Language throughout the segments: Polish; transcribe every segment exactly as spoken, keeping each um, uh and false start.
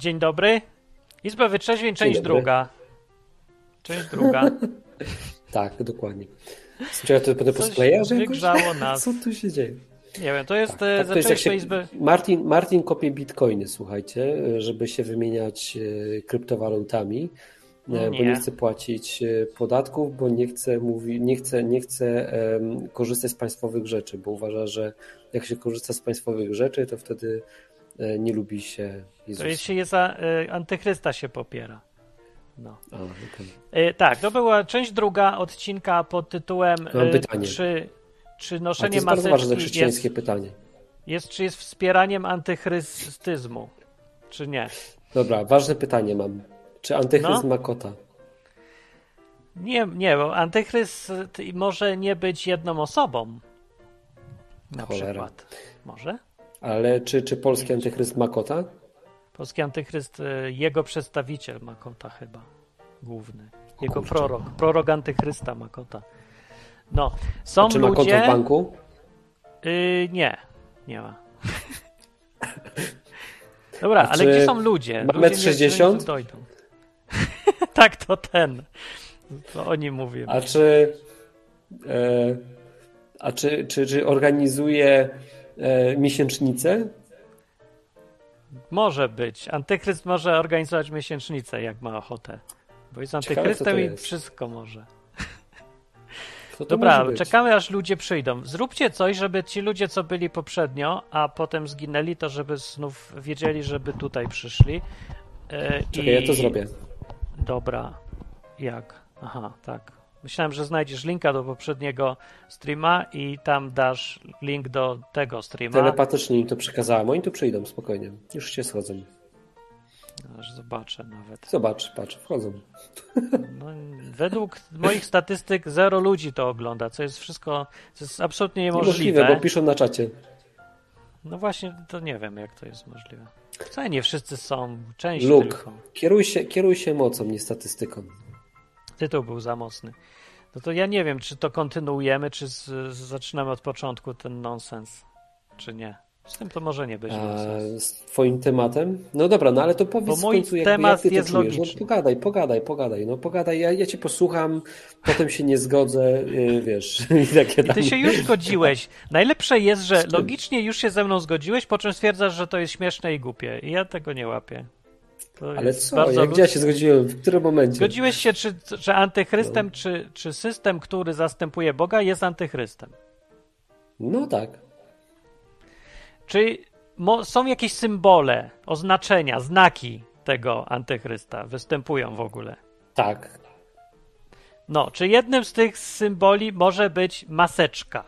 Dzień dobry. Izba Wytrzeźwień, część druga. Część druga. Tak, dokładnie. Czy ja to będę posklejał? Wygrzało nas. Co tu się dzieje? Nie wiem, to jest... Tak, tak, to jest jak się... Izby... Martin, Martin kopie bitcoiny, słuchajcie, żeby się wymieniać kryptowalutami, no nie. bo nie chce płacić podatków, bo nie chce, mówi, nie chce, nie chce um, korzystać z państwowych rzeczy, bo uważa, że jak się korzysta z państwowych rzeczy, to wtedy nie lubi się Jezusa. To jeśli jest za, y, antychrysta się popiera. No. A, okay. y, tak, to była część druga odcinka pod tytułem Mam pytanie. Y, czy, czy noszenie to jest maseczki bardzo ważne chrześcijańskie jest, pytanie. Jest, czy jest wspieraniem antychrystyzmu, czy nie? Dobra, ważne pytanie mam. Czy antychryst no? ma kota? Nie, nie, bo antychryst może nie być jedną osobą. Na Cholera. przykład. Może? Ale czy, czy polski antychryst ma kota? Polski antychryst, jego przedstawiciel ma kota chyba. Główny. Jego Kurczę. prorok. Prorok antychrysta ma kota. No. Są A czy ludzie... ma konto w banku? Yy, nie. Nie ma. Dobra, A ale gdzie są ludzie? Ma metr sześćdziesiąt? Dojdą. Tak, to ten. To o nim mówię. A czy e, a czy, czy, czy organizuje e, miesięcznicę? Może być. Antychryst może organizować miesięcznicę, jak ma ochotę. Bo jest antychrystem i wszystko może. To Dobra, może czekamy aż ludzie przyjdą. Zróbcie coś, żeby ci ludzie, co byli poprzednio, a potem zginęli, to żeby znów wiedzieli, żeby tutaj przyszli. E, Czekaj, i... ja to zrobię. Dobra. Jak? Aha, tak. Myślałem, że znajdziesz linka do poprzedniego streama i tam dasz link do tego streama. Telepatycznie im to przekazałem. Oni tu przyjdą, spokojnie. Już się schodzą. Aż zobaczę nawet. Zobacz, patrz, wchodzą. No, według moich statystyk zero ludzi to ogląda, co jest wszystko, co jest absolutnie niemożliwe. Niemożliwe, bo piszą na czacie. No właśnie, to nie wiem, jak to jest możliwe. Wcale nie wszyscy są, część Luke, tylko. Kieruj się, kieruj się mocą, nie statystyką. Tytuł był za mocny. No to ja nie wiem, czy to kontynuujemy, czy z, z, zaczynamy od początku ten nonsens, czy nie. Z tym to może nie być nonsens. Z twoim tematem? No dobra, no ale to powiedz Bo w mój końcu, jakby, temat jak ty to jest czujesz. logiczny. No pogadaj, pogadaj, pogadaj. No pogadaj, ja, ja cię posłucham, potem się nie zgodzę, yy, wiesz. I, takie I ty się już zgodziłeś. Najlepsze jest, że logicznie już się ze mną zgodziłeś, po czym stwierdzasz, że to jest śmieszne i głupie. I ja tego nie łapię. To ale co? Jak gdzie ja się zgodziłem? W którym momencie? Zgodziłeś się, czy, że antychrystem, no. czy, czy system, który zastępuje Boga, jest antychrystem? No tak. Czy mo- są jakieś symbole, oznaczenia, znaki tego antychrysta? Występują w ogóle? Tak. No, czy jednym z tych symboli może być maseczka?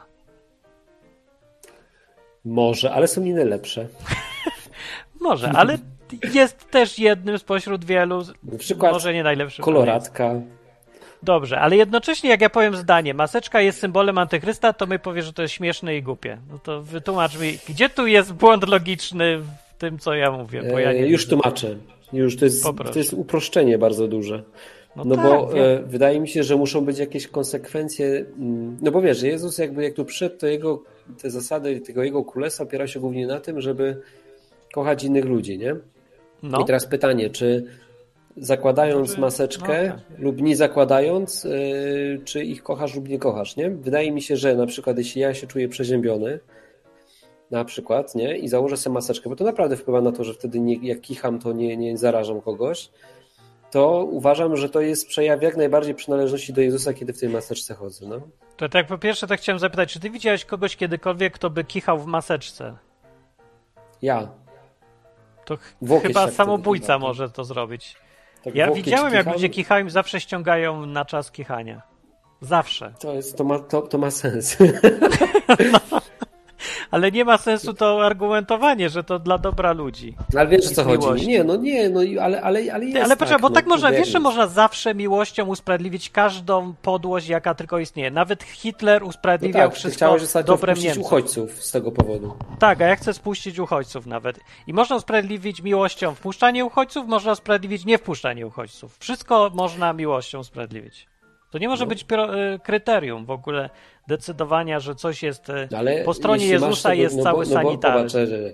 Może, ale są inne lepsze. Może, ale jest też jednym spośród wielu, na przykład może nie najlepszym. koloratka. Dobrze, ale jednocześnie jak ja powiem zdanie, maseczka jest symbolem antychrysta, to my powie, że to jest śmieszne i głupie. No to wytłumacz mi, gdzie tu jest błąd logiczny w tym, co ja mówię? Bo ja nie e, już widzę. tłumaczę. Już to jest, to jest uproszczenie bardzo duże. No, no tak, bo ja... e, wydaje mi się, że muszą być jakieś konsekwencje. No bo wiesz, Jezus jakby jak tu przyszedł, to jego, te zasady tego jego królestwa opiera się głównie na tym, żeby kochać innych ludzi, nie? No. I teraz pytanie, czy zakładając Znaczy, maseczkę no, tak. lub nie zakładając, yy, czy ich kochasz lub nie kochasz, nie? Wydaje mi się, że na przykład jeśli ja się czuję przeziębiony, na przykład, nie? I założę sobie maseczkę, bo to naprawdę wpływa na to, że wtedy nie, jak kicham, to nie, nie zarażam kogoś, to uważam, że to jest przejaw jak najbardziej przynależności do Jezusa, kiedy w tej maseczce chodzę, no. To tak, po pierwsze tak chciałem zapytać, czy ty widziałeś kogoś kiedykolwiek, kto by kichał w maseczce? Ja. To ch- chyba samobójca chyba. może to zrobić. Tak ja widziałem, jak ludzie kichają i zawsze ściągają na czas kichania. Zawsze. To, jest, to, ma, to, to ma sens. No, ale nie ma sensu to argumentowanie, że to dla dobra ludzi. Ale wiesz, o co chodzi? Nie, no nie, no ale, ale, ale jest Ty, ale poczekaj, tak, bo no, tak można, wiesz, jest. że można zawsze miłością usprawiedliwić każdą podłość, jaka tylko istnieje. Nawet Hitler usprawiedliwiał no tak, wszystko chciałeś ostatnio dobrem wpuścić Niemców. uchodźców z tego powodu. Tak, a ja chcę spuścić uchodźców nawet. I można usprawiedliwić miłością wpuszczanie uchodźców, można usprawiedliwić niewpuszczanie uchodźców. Wszystko można miłością usprawiedliwić. To nie może no. być pro, y, kryterium w ogóle decydowania, że coś jest y, po stronie Jezusa tego, jest no cały bo, no sanitary. Bo, popatrz, że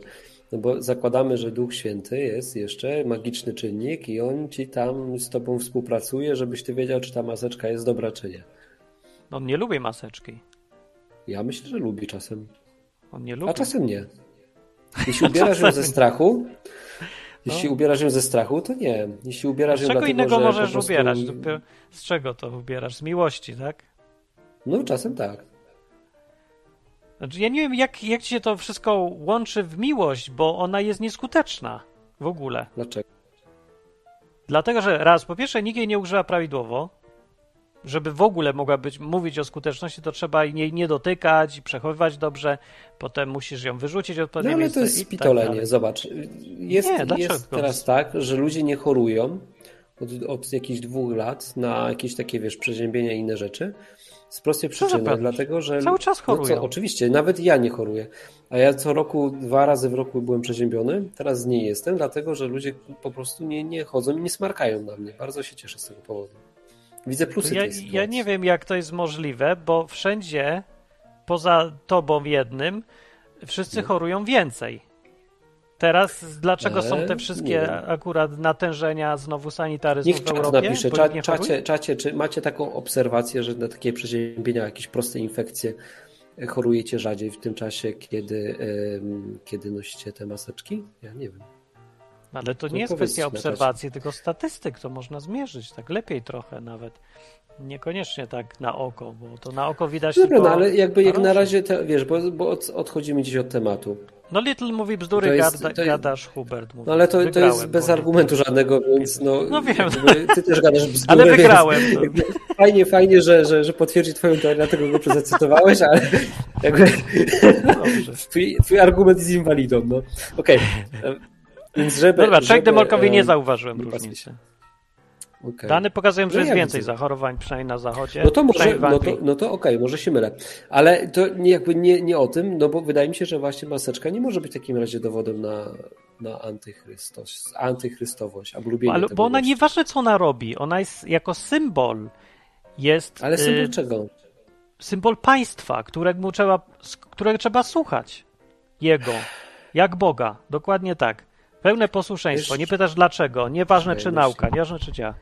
No bo zakładamy, że Duch Święty jest jeszcze magiczny czynnik i on ci tam z tobą współpracuje, żebyś ty wiedział, czy ta maseczka jest dobra, czy nie. On nie lubi maseczki. Ja myślę, że lubi czasem. On nie lubi. A czasem nie. Jeśli ubierasz ją ze strachu, jeśli no. ubierasz ją ze strachu, to nie. Jeśli ubierasz ją z czego dlatego, innego że możesz po prostu... ubierać? Z czego to ubierasz? Z miłości, tak? No czasem tak. Znaczy, ja nie wiem, jak, jak ci się to wszystko łączy w miłość, bo ona jest nieskuteczna w ogóle. Dlaczego? Dlatego, że raz, po pierwsze, nikt jej nie używa prawidłowo. Żeby w ogóle mogła być, mówić o skuteczności, to trzeba jej nie dotykać i przechowywać dobrze, potem musisz ją wyrzucić od odpowiedniej No ale miejsce to jest i spitolenie, tak zobacz. Jest, nie, jest teraz tak, że ludzie nie chorują od, od jakichś dwóch lat na jakieś takie, wiesz, przeziębienia i inne rzeczy. Z prostej przyczyny, dlatego że... Cały czas chorują. No co, oczywiście, nawet ja nie choruję. A ja co roku, dwa razy w roku byłem przeziębiony, teraz nie jestem, dlatego że ludzie po prostu nie, nie chodzą i nie smarkają na mnie. Bardzo się cieszę z tego powodu. Widzę plusy ja, tej sytuacji. Ja nie wiem, jak to jest możliwe, bo wszędzie, poza tobą jednym, wszyscy no. chorują więcej. Teraz dlaczego eee, są te wszystkie akurat natężenia znowu sanitaryzmu Niech w Europie? napisze, Cza, czacie, czacie, czy macie taką obserwację, że na takie przeziębienia, jakieś proste infekcje chorujecie rzadziej w tym czasie, kiedy, um, kiedy nosicie te maseczki? Ja nie wiem. Ale to, to nie jest kwestia obserwacji, tylko statystyk, to można zmierzyć, tak lepiej trochę nawet. Niekoniecznie tak na oko, bo to na oko widać Dobra, tylko... no ale jakby jak na razie, te, wiesz, bo, bo odchodzimy gdzieś od tematu. No Little mówi bzdury, to jest, gada, to jest, gadasz, Hubert mówi. No ale to, to jest bez argumentu żadnego, więc no... No wiem. Ty też gadasz bzdury. Ale wygrałem. Więc, fajnie, fajnie, że, że, że potwierdzi twoją teorię, dlatego go zacytowałeś, ale jakby twój, twój argument jest inwalidą, no. Okej. Okay. Więc żeby... Dobra, Czech Demolkowi e, nie zauważyłem różnicy. Okay. Dane pokazują, że no jest ja więcej widzę. zachorowań, przynajmniej na zachodzie. No to może, no to, no to okej, okay, może się mylę. Ale to nie, jakby nie, nie o tym, no bo wydaje mi się, że właśnie maseczka nie może być w takim razie dowodem na, na antychrystos, antychrystowość, albo lubienie Ale, tego. Bo ona gościa. nieważne, co ona robi, ona jest jako symbol. Jest, Ale symbol y, czego? Symbol państwa, którego trzeba, którego trzeba słuchać. Jego. Jak Boga. Dokładnie tak. Pełne posłuszeństwo. Wiesz, nie pytasz dlaczego. Nieważne czy nauka, nieważne czy działa.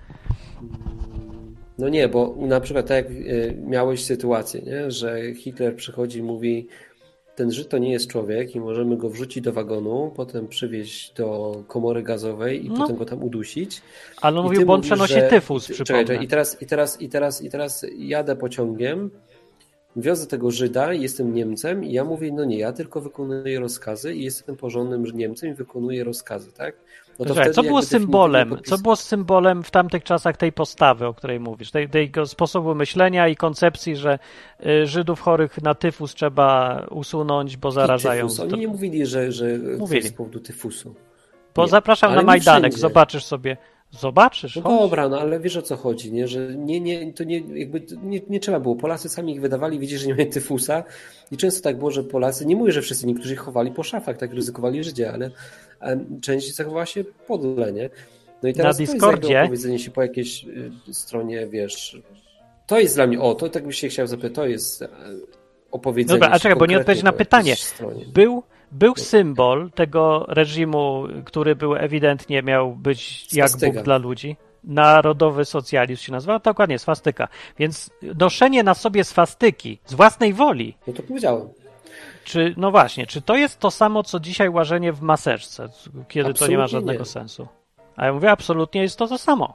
No nie, bo na przykład tak jak miałeś sytuację, nie? Że Hitler przychodzi i mówi, ten Żyd to nie jest człowiek i możemy go wrzucić do wagonu, potem przywieźć do komory gazowej i no. potem go tam udusić. Ale on mówił, bo on przenosi że... tyfus, I, przypomnę. Czekaj, i teraz, i, teraz, i, teraz, i teraz jadę pociągiem, wiozę tego Żyda, jestem Niemcem i ja mówię, no nie, ja tylko wykonuję rozkazy i jestem porządnym Niemcem i wykonuję rozkazy, tak? No to Słuchaj, co było symbolem? Podpis... Co było symbolem w tamtych czasach tej postawy, o której mówisz? Tej, tego sposobu myślenia i koncepcji, że Żydów chorych na tyfus trzeba usunąć, bo zarażają. Tyfus. Oni nie mówili, że, że mówili. z powodu tyfusu. Bo nie. zapraszam ale na Majdanek, zobaczysz sobie. Zobaczysz. No dobra, no ale wiesz o co chodzi, nie? Że nie, nie, to nie, jakby nie, nie trzeba było. Polacy sami ich wydawali, widzieli, że nie mają tyfusa i często tak było, że Polacy, nie mówię, że wszyscy, niektórzy ich chowali po szafach, tak ryzykowali życie, ale um, część zachowała się podle, nie? No i teraz na to Discordzie jest opowiedzenie się po jakiejś y, stronie, wiesz, to jest dla mnie, o, to tak byś się chciał zapytać, to jest opowiedzenie. Dobra, a czekaj, bo nie odpowiedź na pytanie. Stronie. Był Był symbol tego reżimu, który był ewidentnie miał być swastyka. Jak Bóg dla ludzi. Narodowy socjalizm się nazywa, dokładnie, swastyka. Więc noszenie na sobie swastyki z własnej woli. No to powiedziałem. Czy, no właśnie, czy to jest to samo, co dzisiaj łażenie w maseczce, kiedy absolutnie to nie ma żadnego nie. sensu? A ja mówię, absolutnie jest to to samo.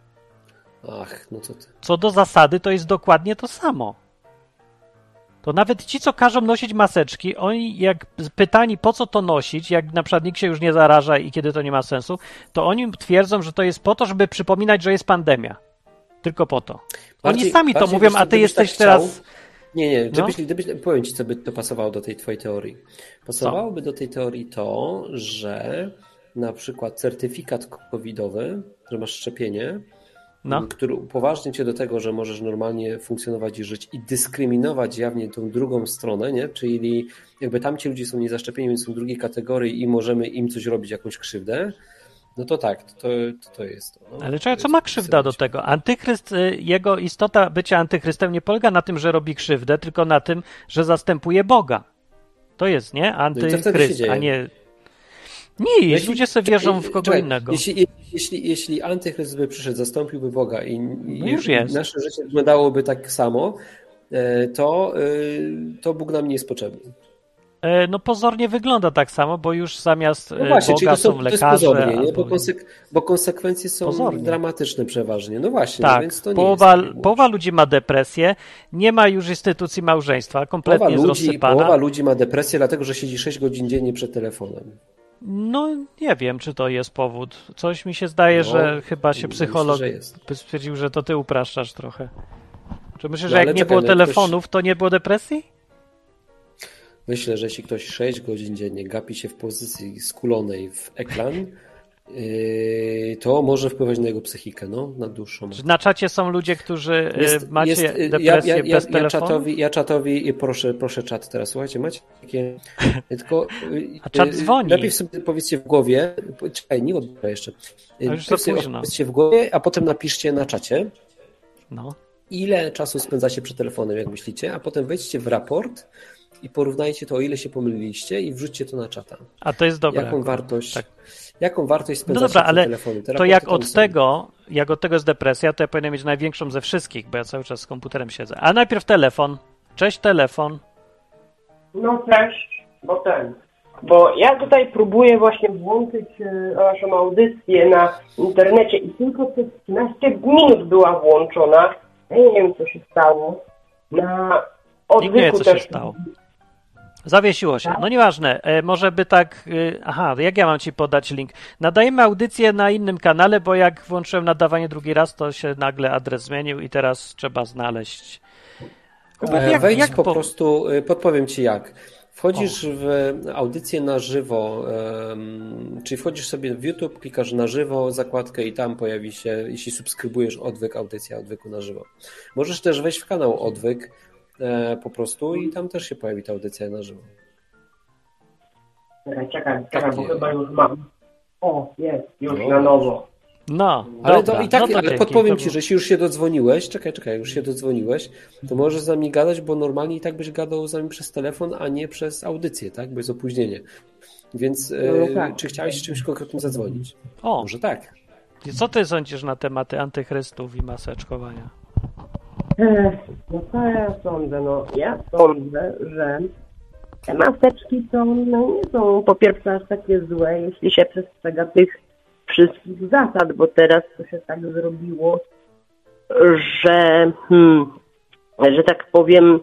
Ach, no co ty. Co do zasady, to jest dokładnie to samo. To nawet ci, co każą nosić maseczki, oni jak pytani, po co to nosić, jak na przykład nikt się już nie zaraża i kiedy to nie ma sensu, to oni twierdzą, że to jest po to, żeby przypominać, że jest pandemia. Tylko po to. Bardziej, oni sami to mówią, a ty jesteś tak teraz... Chciał... Nie, nie, gdybyś, no? gdybyś, powiem ci, co by to pasowało do tej twojej teorii. Pasowałoby co? do tej teorii to, że na przykład certyfikat covidowy, że masz szczepienie, No. który upoważnia cię do tego, że możesz normalnie funkcjonować i żyć i dyskryminować jawnie tą drugą stronę, nie? Czyli jakby tamci ludzie są niezaszczepieni, więc są drugiej kategorii i możemy im coś robić, jakąś krzywdę, no to tak, to, to, to jest to. No. Ale czekaj, co ma krzywda do tego? Antychryst, jego istota bycia antychrystem nie polega na tym, że robi krzywdę, tylko na tym, że zastępuje Boga. To jest, nie? Antychryst, no a nie... Nie, jeśli, ludzie sobie wierzą w kogo czekaj, innego. Jeśli, jeśli, jeśli antychryst by przyszedł, zastąpiłby Boga i, No już i jest. nasze życie wyglądałoby tak samo, to, to Bóg nam nie jest potrzebny. No pozornie wygląda tak samo, bo już zamiast no właśnie, Boga to są, są to jest lekarze. Pozornie, nie? Albo... Bo, konsek- bo konsekwencje są pozornie. dramatyczne przeważnie. No właśnie, tak, no więc to nie połowa, jest połowa ludzi ma depresję, nie ma już instytucji małżeństwa, kompletnie połowa jest ludzi, rozsypana. Połowa ludzi ma depresję, dlatego że siedzi sześć godzin dziennie przed telefonem. No nie wiem, czy to jest powód. Coś mi się zdaje, no, że chyba się psycholog myślę, by stwierdził, że to ty upraszczasz trochę. Czy myślisz, no, że jak nie czekaj, było no, telefonów, ktoś... to nie było depresji? Myślę, że jeśli ktoś sześć godzin dziennie gapi się w pozycji skulonej w ekran, yy, to może wpływać na jego psychikę, no, na dłuższą. Na czacie są ludzie, którzy jest, macie jest, depresję ja, ja, ja, bez telefonu? Ja czatowi, ja czatowi, proszę, proszę czat teraz, słuchajcie, macie takie... Tylko, a czat dzwoni. Lepiej sobie powiedzcie w głowie, czekaj, nie odbiorę jeszcze. A już za późno. Powiedzcie w głowie, a potem napiszcie na czacie, no. ile czasu spędzacie przed telefonem, jak myślicie, a potem wejdźcie w raport i porównajcie to, o ile się pomyliliście i wrzućcie to na czata. A to jest dobre. Jaką wartość, tak. jaką wartość spędzacie no dobra, przed ale telefonem? Te to jak od tego, jak od tego jest depresja, to ja powinienem mieć największą ze wszystkich, bo ja cały czas z komputerem siedzę. A najpierw telefon. Cześć, telefon. No cześć, bo ten. Bo ja tutaj próbuję właśnie włączyć e, naszą audycję na internecie i tylko przez trzynaście minut była włączona. Ja nie wiem, co się stało. Na odwyku Nikt nie wie, co też... się stało. Zawiesiło się. No nieważne. E, może by tak... Y, aha, jak ja mam ci podać link? Nadajemy audycję na innym kanale, bo jak włączyłem nadawanie drugi raz, to się nagle adres zmienił i teraz trzeba znaleźć... Hubert, jak, Wejdź jak po, po prostu, podpowiem ci jak. Wchodzisz o. w audycję na żywo, um, czyli wchodzisz sobie w YouTube, klikasz na żywo zakładkę i tam pojawi się, jeśli subskrybujesz Odwyk, audycja Odwyku na żywo. Możesz też wejść w kanał Odwyk e, po prostu i tam też się pojawi ta audycja na żywo. Czekaj, czekaj, czekaj, bo chyba już mam. O, jest, już no. na nowo. No, ale dobra, to i tak, no to ale dzięki, podpowiem to ci, że jeśli już się dodzwoniłeś, czekaj, czekaj, już się dodzwoniłeś, to możesz z nami gadać, bo normalnie i tak byś gadał z nami przez telefon, a nie przez audycję, tak? Bo jest opóźnienie. Więc no, no tak. e, czy chciałeś czymś konkretnym zadzwonić? O. Może tak. I co ty sądzisz na tematy antychrystów i maseczkowania? No co ja sądzę? No ja sądzę, że te maseczki są, no nie są po pierwsze aż takie złe, jeśli się przestrzega tych wszystkich zasad, bo teraz to się tak zrobiło, że hmm, że tak powiem,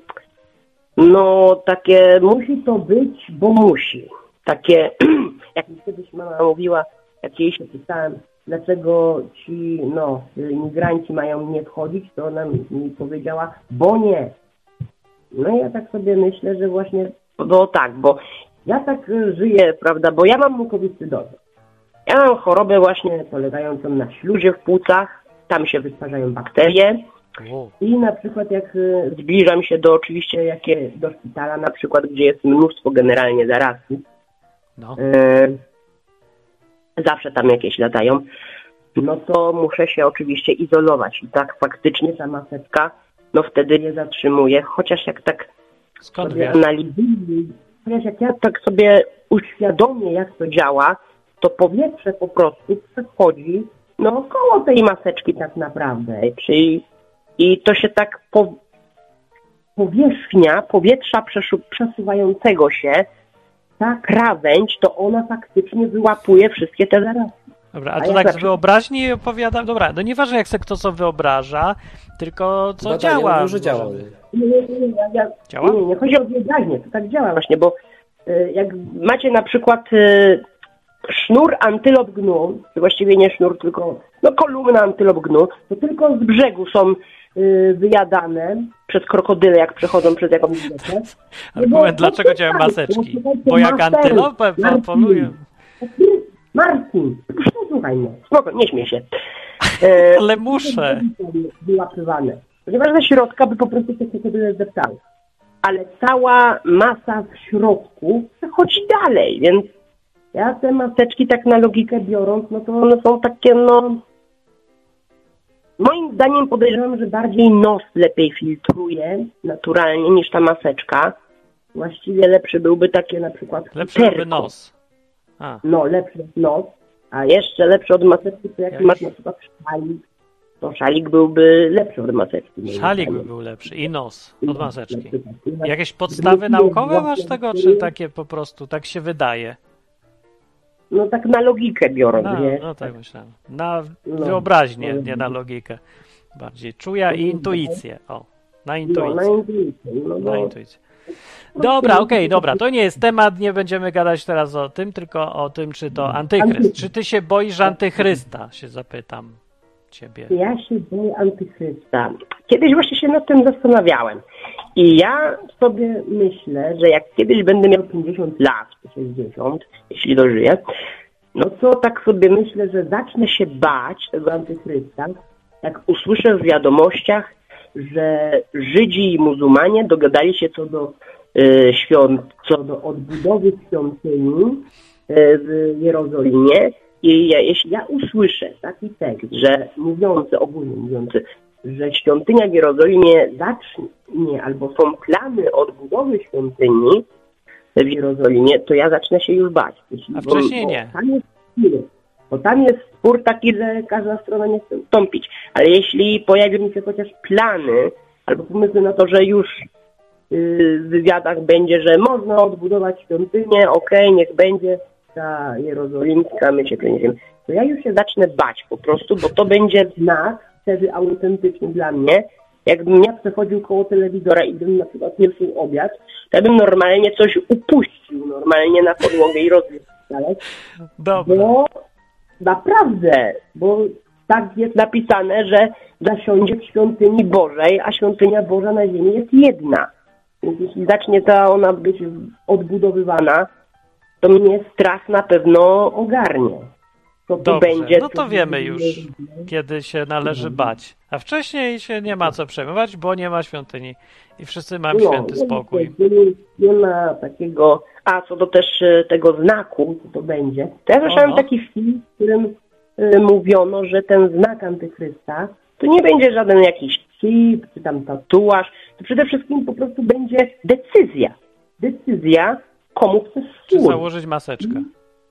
no takie musi to być, bo musi. Takie, jak mi kiedyś mama mówiła, jak jej się pytałem, dlaczego ci no, imigranci mają nie wchodzić, to ona mi powiedziała, bo nie. No i ja tak sobie myślę, że właśnie, bo tak, bo ja tak żyję, prawda, bo ja mam mukowiscydozę. Ja mam chorobę właśnie polegającą na śluzie w płucach, tam się wystarzają bakterie i na przykład jak zbliżam się do oczywiście jakie, do szpitala na przykład, gdzie jest mnóstwo generalnie zarazów, no. e, zawsze tam jakieś latają, no to muszę się oczywiście izolować i tak faktycznie ta maseczka no wtedy nie zatrzymuje, chociaż jak tak Skąd sobie wiesz? analizuję, chociaż jak ja tak sobie uświadomię jak to działa, to powietrze po prostu przechodzi no około tej maseczki tak naprawdę. Czyli i to się tak po, powierzchnia powietrza przeszu, przesuwającego się, ta krawędź, to ona faktycznie wyłapuje wszystkie te zarazki. Dobra, a to a tak ja z wyobraźni opowiadam. Dobra, no nieważne jak sobie kto co wyobraża, tylko co Badania działa. Mówią, że działa. Nie, nie, nie, ja, ja, działa? Nie, nie chodzi o wyobraźnię, to tak działa właśnie, bo y, jak macie na przykład y, sznur antylop gnu, właściwie nie sznur, tylko no kolumna antylop gnu, to tylko z brzegu są y, wyjadane przez krokodyle, jak przechodzą przez jakąś rzekę. Argument, dlaczego działają maseczki? Bo jak antylopę polują. Marcin, słuchaj mnie, spoko, nie śmiej się. E, Ale muszę. Wyłapywane. Ponieważ ze środka by po prostu te krokodyle zdeptały. Ale cała masa w środku przechodzi dalej, więc ja te maseczki tak na logikę biorąc, no to one są takie, no... Moim zdaniem podejrzewam, że bardziej nos lepiej filtruje naturalnie niż ta maseczka. Właściwie lepszy byłby takie na przykład Lepszy byłby nos. A. No, lepszy od nos, a jeszcze lepszy od maseczki, to jak, jak masz na przykład szalik, to szalik byłby lepszy od maseczki. Szalik by był lepszy i nos od maseczki. Jakieś podstawy naukowe masz tego, czy takie po prostu, tak się wydaje? No tak na logikę biorą, No, nie? no tak myślałem. Na wyobraźnię, nie na logikę. Bardziej czuja i intuicję. O, na intuicję. No, na intuicję. No, na intuicję. Dobra, okej, okay, dobra, to nie jest temat, nie będziemy gadać teraz o tym, tylko o tym, czy to antychryst. Czy ty się boisz antychrysta, się zapytam ciebie. Ja się boję antychrysta. Kiedyś właśnie się nad tym zastanawiałem. I ja sobie myślę, że jak kiedyś będę miał pięćdziesiąt lat, sześćdziesiąt, jeśli dożyję, no to tak sobie myślę, że zacznę się bać tego antychrysta, jak usłyszę w wiadomościach, że Żydzi i muzułmanie dogadali się co do y, świąt, co do odbudowy świątyni y, w Jerozolimie. I ja, jeśli ja usłyszę taki tekst, że mówiący, ogólnie mówiący, że świątynia w Jerozolimie zacznie, albo są plany odbudowy świątyni w Jerozolimie, to ja zacznę się już bać. Jeśli, A wcześniej bo, nie. Bo tam, jest, bo tam jest spór taki, że każda strona nie chce ustąpić. Ale jeśli pojawią mi się chociaż plany, albo pomysły na to, że już yy, w wywiadach będzie, że można odbudować świątynię, okej, okay, niech będzie ta jerozolimska, my się przeniesiemy, to ja już się zacznę bać po prostu, bo to będzie znak wtedy autentyczny dla mnie. Jakbym ja przechodził koło telewizora i bym na przykład nie jadł obiad, to ja bym normalnie coś upuścił, normalnie na podłogę i rozwiózł dalej. Dobra. Bo naprawdę, bo tak jest napisane, że zasiądzie w świątyni Bożej, a świątynia Boża na ziemi jest jedna. Więc jeśli zacznie ta ona być odbudowywana, to mnie strach na pewno ogarnie. To tu Dobrze, będzie, no to wiemy już, kiedy się należy bać. A wcześniej się nie ma co przejmować, bo nie ma świątyni. I wszyscy mają no, święty spokój. Nie, nie ma takiego... A, co do też tego znaku, co to będzie. To ja słyszałem taki film, w którym y, mówiono, że ten znak antychrysta to nie będzie żaden jakiś chip, czy tam tatuaż. To przede wszystkim po prostu będzie decyzja. Decyzja, komu chcesz służyć. Czy założyć maseczkę.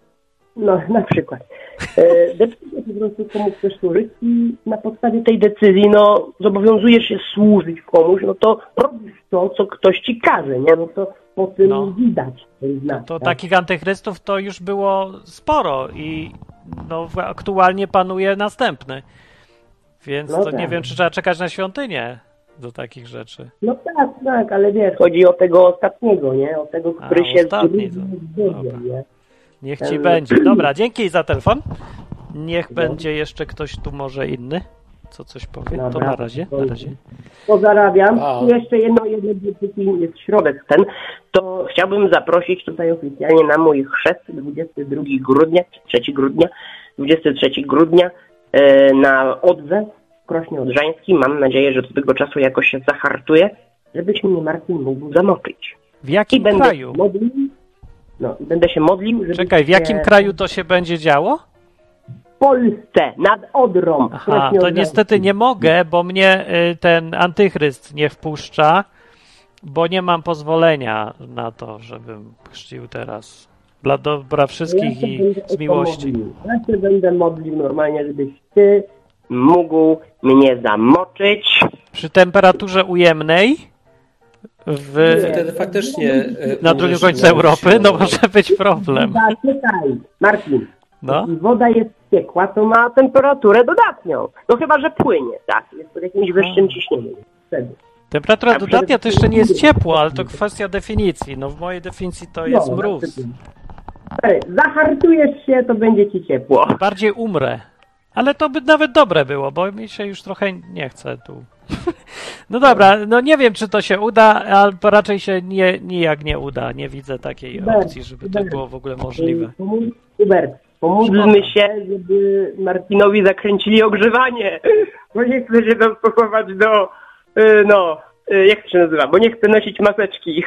No, na przykład. E, decyzja po prostu, komu chcesz służyć i na podstawie tej decyzji, no, zobowiązujesz się służyć komuś, no to robisz to, co ktoś ci każe, nie? No to po tym no. widać ten znak. To tak? takich antychrystów to już było sporo i no, aktualnie panuje następny. Więc no to tak. nie wiem, czy trzeba czekać na świątynię do takich rzeczy. No tak, tak, ale wiesz, chodzi o tego ostatniego, nie? O tego, który A, się ostatni, zbuduje, nie? Niech ci Ten... będzie. Dobra, dzięki za telefon. Niech no. będzie jeszcze ktoś tu może inny, co coś powie. Dobra, to na razie. Na razie. Pozarabiam. A. Jeszcze jedno, jedno, jest środek ten, to chciałbym zaprosić tutaj oficjalnie na mój chrzest dwudziestego drugiego grudnia, trzeciego grudnia, dwudziestego trzeciego grudnia e, na Odrze w Krośnie Odrzańskim. Mam nadzieję, że do tego czasu jakoś się zahartuje, żebyś mnie, Marcin, mógł zamoczyć. W jakim I kraju? Modlił, no, będę się modlił, żeby... Czekaj, w jakim się... kraju to się będzie działo? W Polsce, nad Odrą. Aha, to niestety nie mogę, bo mnie y, ten antychryst nie wpuszcza, bo nie mam pozwolenia na to, żebym chrzcił teraz. Dla dobra wszystkich ja i z miłości. Ja się będę modlił normalnie, żebyś ty mógł mnie zamoczyć. Przy temperaturze ujemnej w... Wtedy faktycznie na drugim końcu Europy, no może być problem. Tak, czekaj, Marcin. No? Jeśli woda jest ciekła, to ma temperaturę dodatnią. No chyba, że płynie, tak. Jest pod jakimś wyższym ciśnieniem. Wtedy. Temperatura dodatnia to jeszcze nie jest ciepło, ale to kwestia definicji. No w mojej definicji to jest no, mróz. Zahartujesz się, to będzie ci ciepło. Bardziej umrę. Ale to by nawet dobre było, bo mi się już trochę nie chce tu. No dobra, no nie wiem, czy to się uda, albo raczej się nie, nijak nie uda. Nie widzę takiej Hubert, opcji, żeby Hubert, to było w ogóle możliwe. Hubert, pomódlmy się, żeby Marcinowi zakręcili ogrzewanie, bo nie chcę się dostosować do, no, jak to się nazywa, bo nie chcę nosić maseczki.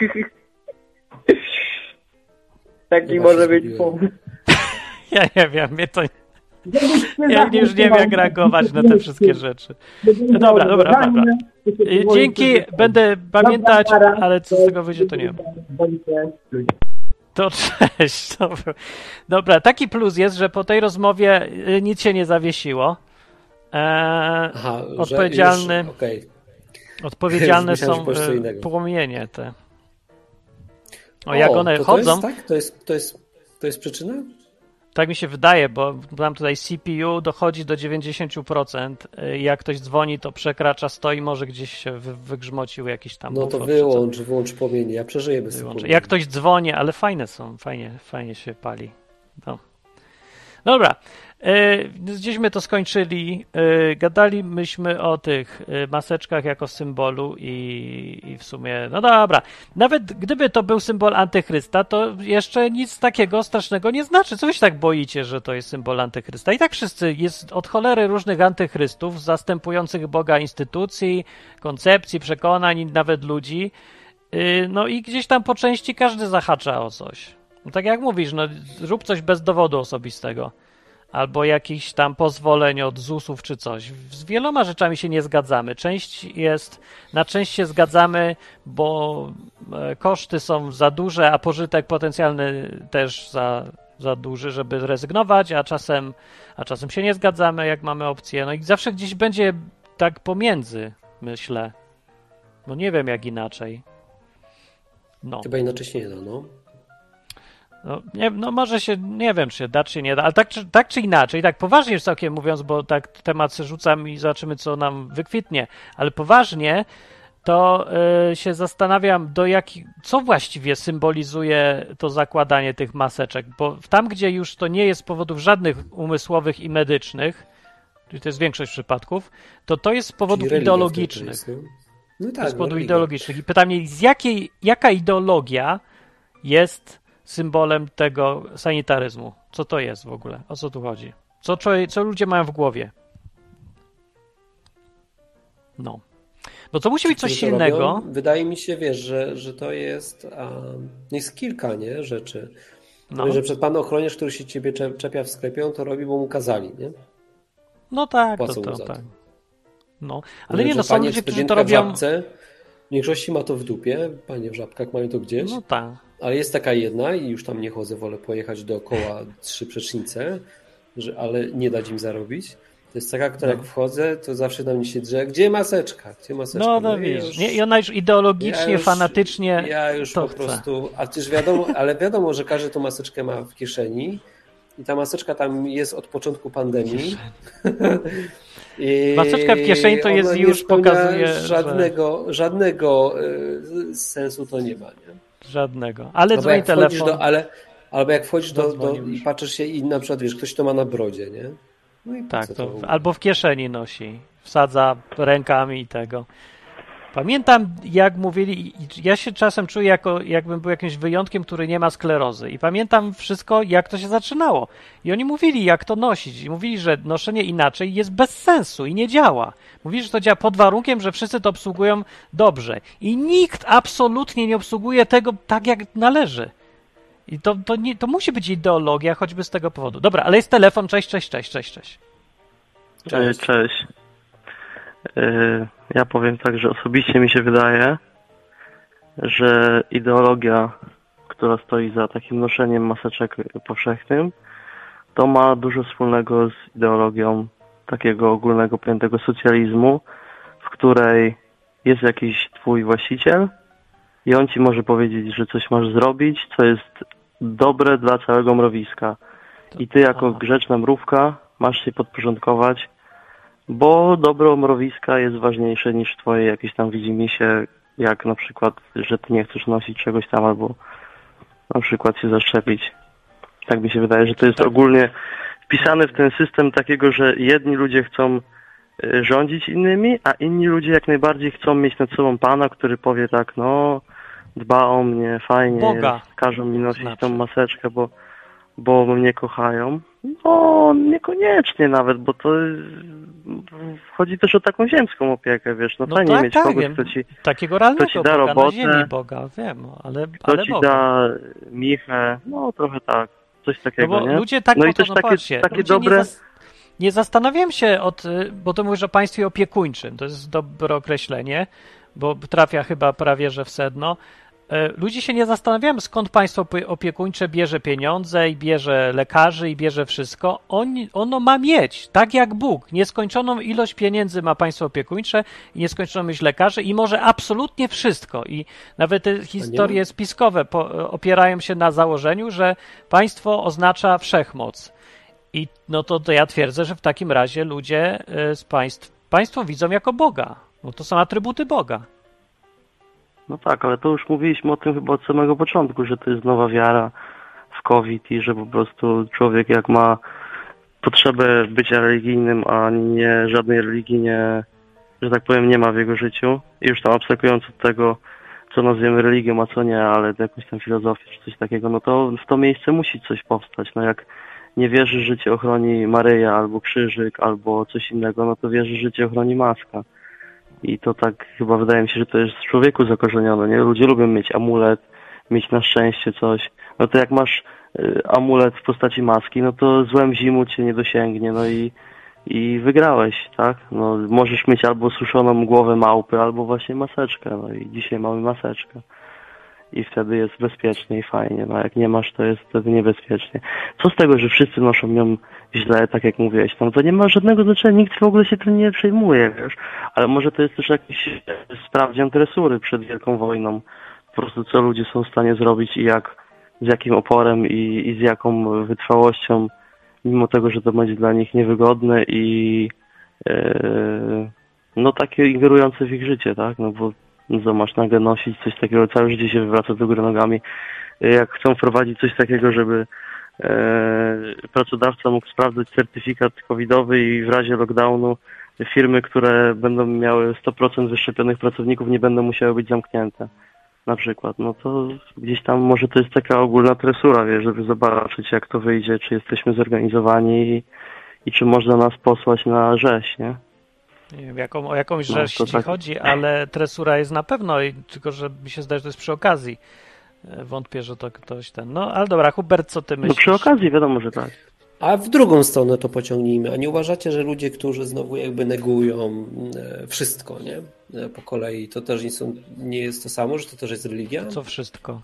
Taki może być powód. Ja nie wiem, mnie to... Ja już nie wiem, jak reagować na te wszystkie rzeczy. No dobra, dobra, dobra. Dzięki, będę pamiętać, ale co z tego wyjdzie, to nie wiem. To cześć. Dobra. Dobra, taki plus jest, że po tej rozmowie nic się nie zawiesiło. Eee, Aha, odpowiedzialny, już, okay. Odpowiedzialne są płomienie te. O, o jak one to chodzą. To jest, tak? To jest, to, jest, to jest przyczyna? Tak mi się wydaje, bo mam tutaj C P U dochodzi do dziewięćdziesiąt procent. Jak ktoś dzwoni, to przekracza sto i może gdzieś się wy, wygrzmocił jakiś tam. No to wyłącz, wyłącz płomienie. Ja przeżyję bez płomienia. Jak ktoś dzwoni, ale fajne są, fajnie, fajnie się pali. No. Dobra. Gdzieśmy to skończyli. Gadali myśmy o tych maseczkach jako symbolu i, i w sumie, no dobra. Nawet gdyby to był symbol antychrysta, to jeszcze nic takiego strasznego nie znaczy. Co wy się tak boicie, że to jest symbol antychrysta? I tak wszyscy, jest od cholery różnych antychrystów, zastępujących Boga instytucji, koncepcji, przekonań, nawet ludzi. No i gdzieś tam po części każdy zahacza o coś. No tak jak mówisz, no rób coś bez dowodu osobistego. Albo jakichś tam pozwoleń od zusów czy coś. Z wieloma rzeczami się nie zgadzamy. Część jest, na część się zgadzamy, bo koszty są za duże, a pożytek potencjalny też za, za duży, żeby rezygnować, a czasem, a czasem się nie zgadzamy, jak mamy opcję. No i zawsze gdzieś będzie tak pomiędzy, myślę. No nie wiem jak inaczej. No. Chyba inaczej się nie da, no. No, nie, no może się, nie wiem, czy się da, czy się nie da, ale tak czy, tak czy inaczej, tak poważnie już całkiem mówiąc, bo tak temat rzucam i zobaczymy, co nam wykwitnie, ale poważnie to y, się zastanawiam, do jaki, co właściwie symbolizuje to zakładanie tych maseczek, bo tam, gdzie już to nie jest z powodów żadnych umysłowych i medycznych, czyli to jest większość przypadków, to to jest z powodów ideologicznych. Jest, no? No tak, to jest z powodów no, ideologicznych. I pytanie, z jakiej, jaka ideologia jest symbolem tego sanitaryzmu? Co to jest w ogóle? O co tu chodzi? Co, co ludzie mają w głowie? No. Bo to musi być coś silnego. Robią? Wydaje mi się, wiesz, że, że to jest um, jest kilka, nie? Rzeczy. No. Że przed pan ochroniarz, który się ciebie czepia w sklepie, on to robi, bo mu kazali, nie? No tak, to, to, tak. No. Ale nie, no są ludzie, którzy to robią... W żabce, w większości ma to w dupie, panie w żabkach mają to gdzieś. No tak. Ale jest taka jedna i już tam nie chodzę, wolę pojechać dookoła trzy przecznice, że, ale nie dać im zarobić. To jest taka, która no. jak wchodzę, to zawsze na mnie się drze, gdzie maseczka? Gdzie maseczka? No, no, no wiesz, już, nie, i ona już ideologicznie, ja już, fanatycznie Ja już to po chce. prostu, a też wiadomo, ale wiadomo, że każdy tą maseczkę ma w kieszeni i ta maseczka tam jest od początku pandemii. I maseczka w kieszeni to jest już pokazuje, żadnego, że... żadnego y, sensu to nie ma, nie? Żadnego. Ale dzwoni telefon. Do, ale, albo jak wchodzisz do, do i patrzysz się i na przykład wiesz, ktoś to ma na brodzie, nie? No i tak, to, to albo w kieszeni nosi. Wsadza rękami i tego. Pamiętam, jak mówili, ja się czasem czuję, jako, jakbym był jakimś wyjątkiem, który nie ma sklerozy. I pamiętam wszystko, jak to się zaczynało. I oni mówili, jak to nosić. I mówili, że noszenie inaczej jest bez sensu i nie działa. Mówili, że to działa pod warunkiem, że wszyscy to obsługują dobrze. I nikt absolutnie nie obsługuje tego tak, jak należy. I to, to, nie, to musi być ideologia, choćby z tego powodu. Dobra, ale jest telefon. Cześć, cześć, cześć, cześć, cześć. Cześć. Cześć. Ja powiem tak, że osobiście mi się wydaje, że ideologia, która stoi za takim noszeniem maseczek powszechnym, to ma dużo wspólnego z ideologią takiego ogólnego pojętego socjalizmu, w której jest jakiś twój właściciel i on ci może powiedzieć, że coś masz zrobić, co jest dobre dla całego mrowiska. I ty jako grzeczna mrówka masz się podporządkować, bo dobro mrowiska jest ważniejsze niż twoje jakieś tam widzimisię, jak na przykład, że ty nie chcesz nosić czegoś tam albo na przykład się zaszczepić. Tak mi się wydaje, że to jest ogólnie wpisane w ten system takiego, że jedni ludzie chcą rządzić innymi, a inni ludzie jak najbardziej chcą mieć nad sobą pana, który powie tak, no dba o mnie, fajnie Boga. jest, każą mi nosić znaczy. tą maseczkę, bo, bo mnie kochają. No, niekoniecznie nawet, bo to chodzi też o taką ziemską opiekę, wiesz, no, no fajnie tak, mieć tak, kogoś, wiem. kto ci, takiego realnego kto ci da Boga, robotę, na ziemi Boga, wiem, ale, kto ale ci Boga. da michę, no trochę tak, coś takiego, no bo nie? ludzie tak, no i też to, takie, patrzcie, takie dobre... Nie, zas- nie zastanawiam się, od, bo to mówisz o państwie opiekuńczym, to jest dobre określenie, bo trafia chyba prawie, że w sedno. ludzie się nie zastanawiają, skąd państwo opiekuńcze bierze pieniądze i bierze lekarzy i bierze wszystko. On, ono ma mieć, tak jak Bóg. Nieskończoną ilość pieniędzy ma państwo opiekuńcze i nieskończoną ilość lekarzy i może absolutnie wszystko. I nawet te historie spiskowe po, opierają się na założeniu, że państwo oznacza wszechmoc. I no to, to ja twierdzę, że w takim razie ludzie z państw, państwo widzą jako Boga. No to są atrybuty Boga. No tak, ale to już mówiliśmy o tym chyba od samego początku, że to jest nowa wiara w COVID i że po prostu człowiek jak ma potrzebę bycia religijnym, a nie żadnej religii nie, że tak powiem, nie ma w jego życiu. I już tam abstrahując od tego, co nazwiemy religią, a co nie, ale jakąś tam filozofię czy coś takiego, no to w to miejsce musi coś powstać. No jak nie wierzysz, że cię ochroni Maryja albo krzyżyk albo coś innego, no to wierzysz, że cię ochroni maska. I to tak chyba wydaje mi się, że to jest w człowieku zakorzenione, nie? Ludzie lubią mieć amulet, mieć na szczęście coś. No to jak masz y, amulet w postaci maski, no to złem zimu cię nie dosięgnie, no i, i wygrałeś, tak? No możesz mieć albo suszoną głowę małpy, albo właśnie maseczkę, no i dzisiaj mamy maseczkę. I wtedy jest bezpiecznie i fajnie, no jak nie masz, to jest wtedy niebezpiecznie. Co z tego, że wszyscy noszą ją źle, tak jak mówiłeś tam, to nie ma żadnego znaczenia, nikt w ogóle się tym nie przejmuje, wiesz, ale może to jest też jakiś sprawdzian tresury przed Wielką Wojną, po prostu co ludzie są w stanie zrobić i jak, z jakim oporem i, i z jaką wytrwałością, mimo tego, że to będzie dla nich niewygodne i yy, no takie ingerujące w ich życie, tak, no bo no, masz nagle nosić coś takiego, całe życie się wywraca do góry nogami. Jak chcą wprowadzić coś takiego, żeby e, pracodawca mógł sprawdzać certyfikat covidowy i w razie lockdownu firmy, które będą miały sto procent wyszczepionych pracowników, nie będą musiały być zamknięte. Na przykład, no to gdzieś tam może to jest taka ogólna tresura, wiesz, żeby zobaczyć jak to wyjdzie, czy jesteśmy zorganizowani i, i czy można nas posłać na rzeź, nie? Nie wiem, jaką, o jakąś No, rzeź to ci tak. chodzi, ale tresura jest na pewno, i tylko że mi się zdaje, że to jest przy okazji. Wątpię, że to ktoś ten... No, ale dobra, Hubert, co ty myślisz? No przy okazji wiadomo, że tak. A w drugą stronę to pociągnijmy. A nie uważacie, że ludzie, którzy znowu jakby negują wszystko, nie? Po kolei, to też nie, są, nie jest to samo, że to też jest religia? Co wszystko?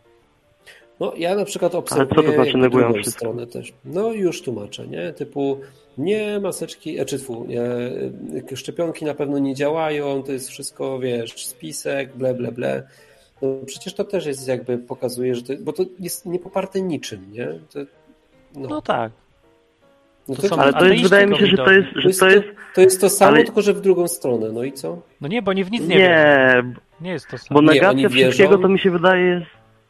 No ja na przykład obserwuję Ale co to znaczy negują drugą wszystko? stronę też. No już tłumaczę, nie? Typu nie maseczki, czy tfu, nie, szczepionki na pewno nie działają, to jest wszystko, wiesz, spisek, ble, ble, ble. No przecież to też jest jakby pokazuje, że to, bo to jest niepoparte niczym, nie? To, no. no tak. No to to, są ale to jest, wydaje mi się, że to jest, że to jest, to, to, jest to samo, ale... tylko że w drugą stronę. No i co? No nie, bo nie w nic nie Nie, wierzą. Nie jest to samo. Bo negacja nie, wszystkiego wierzą, to mi się wydaje jest...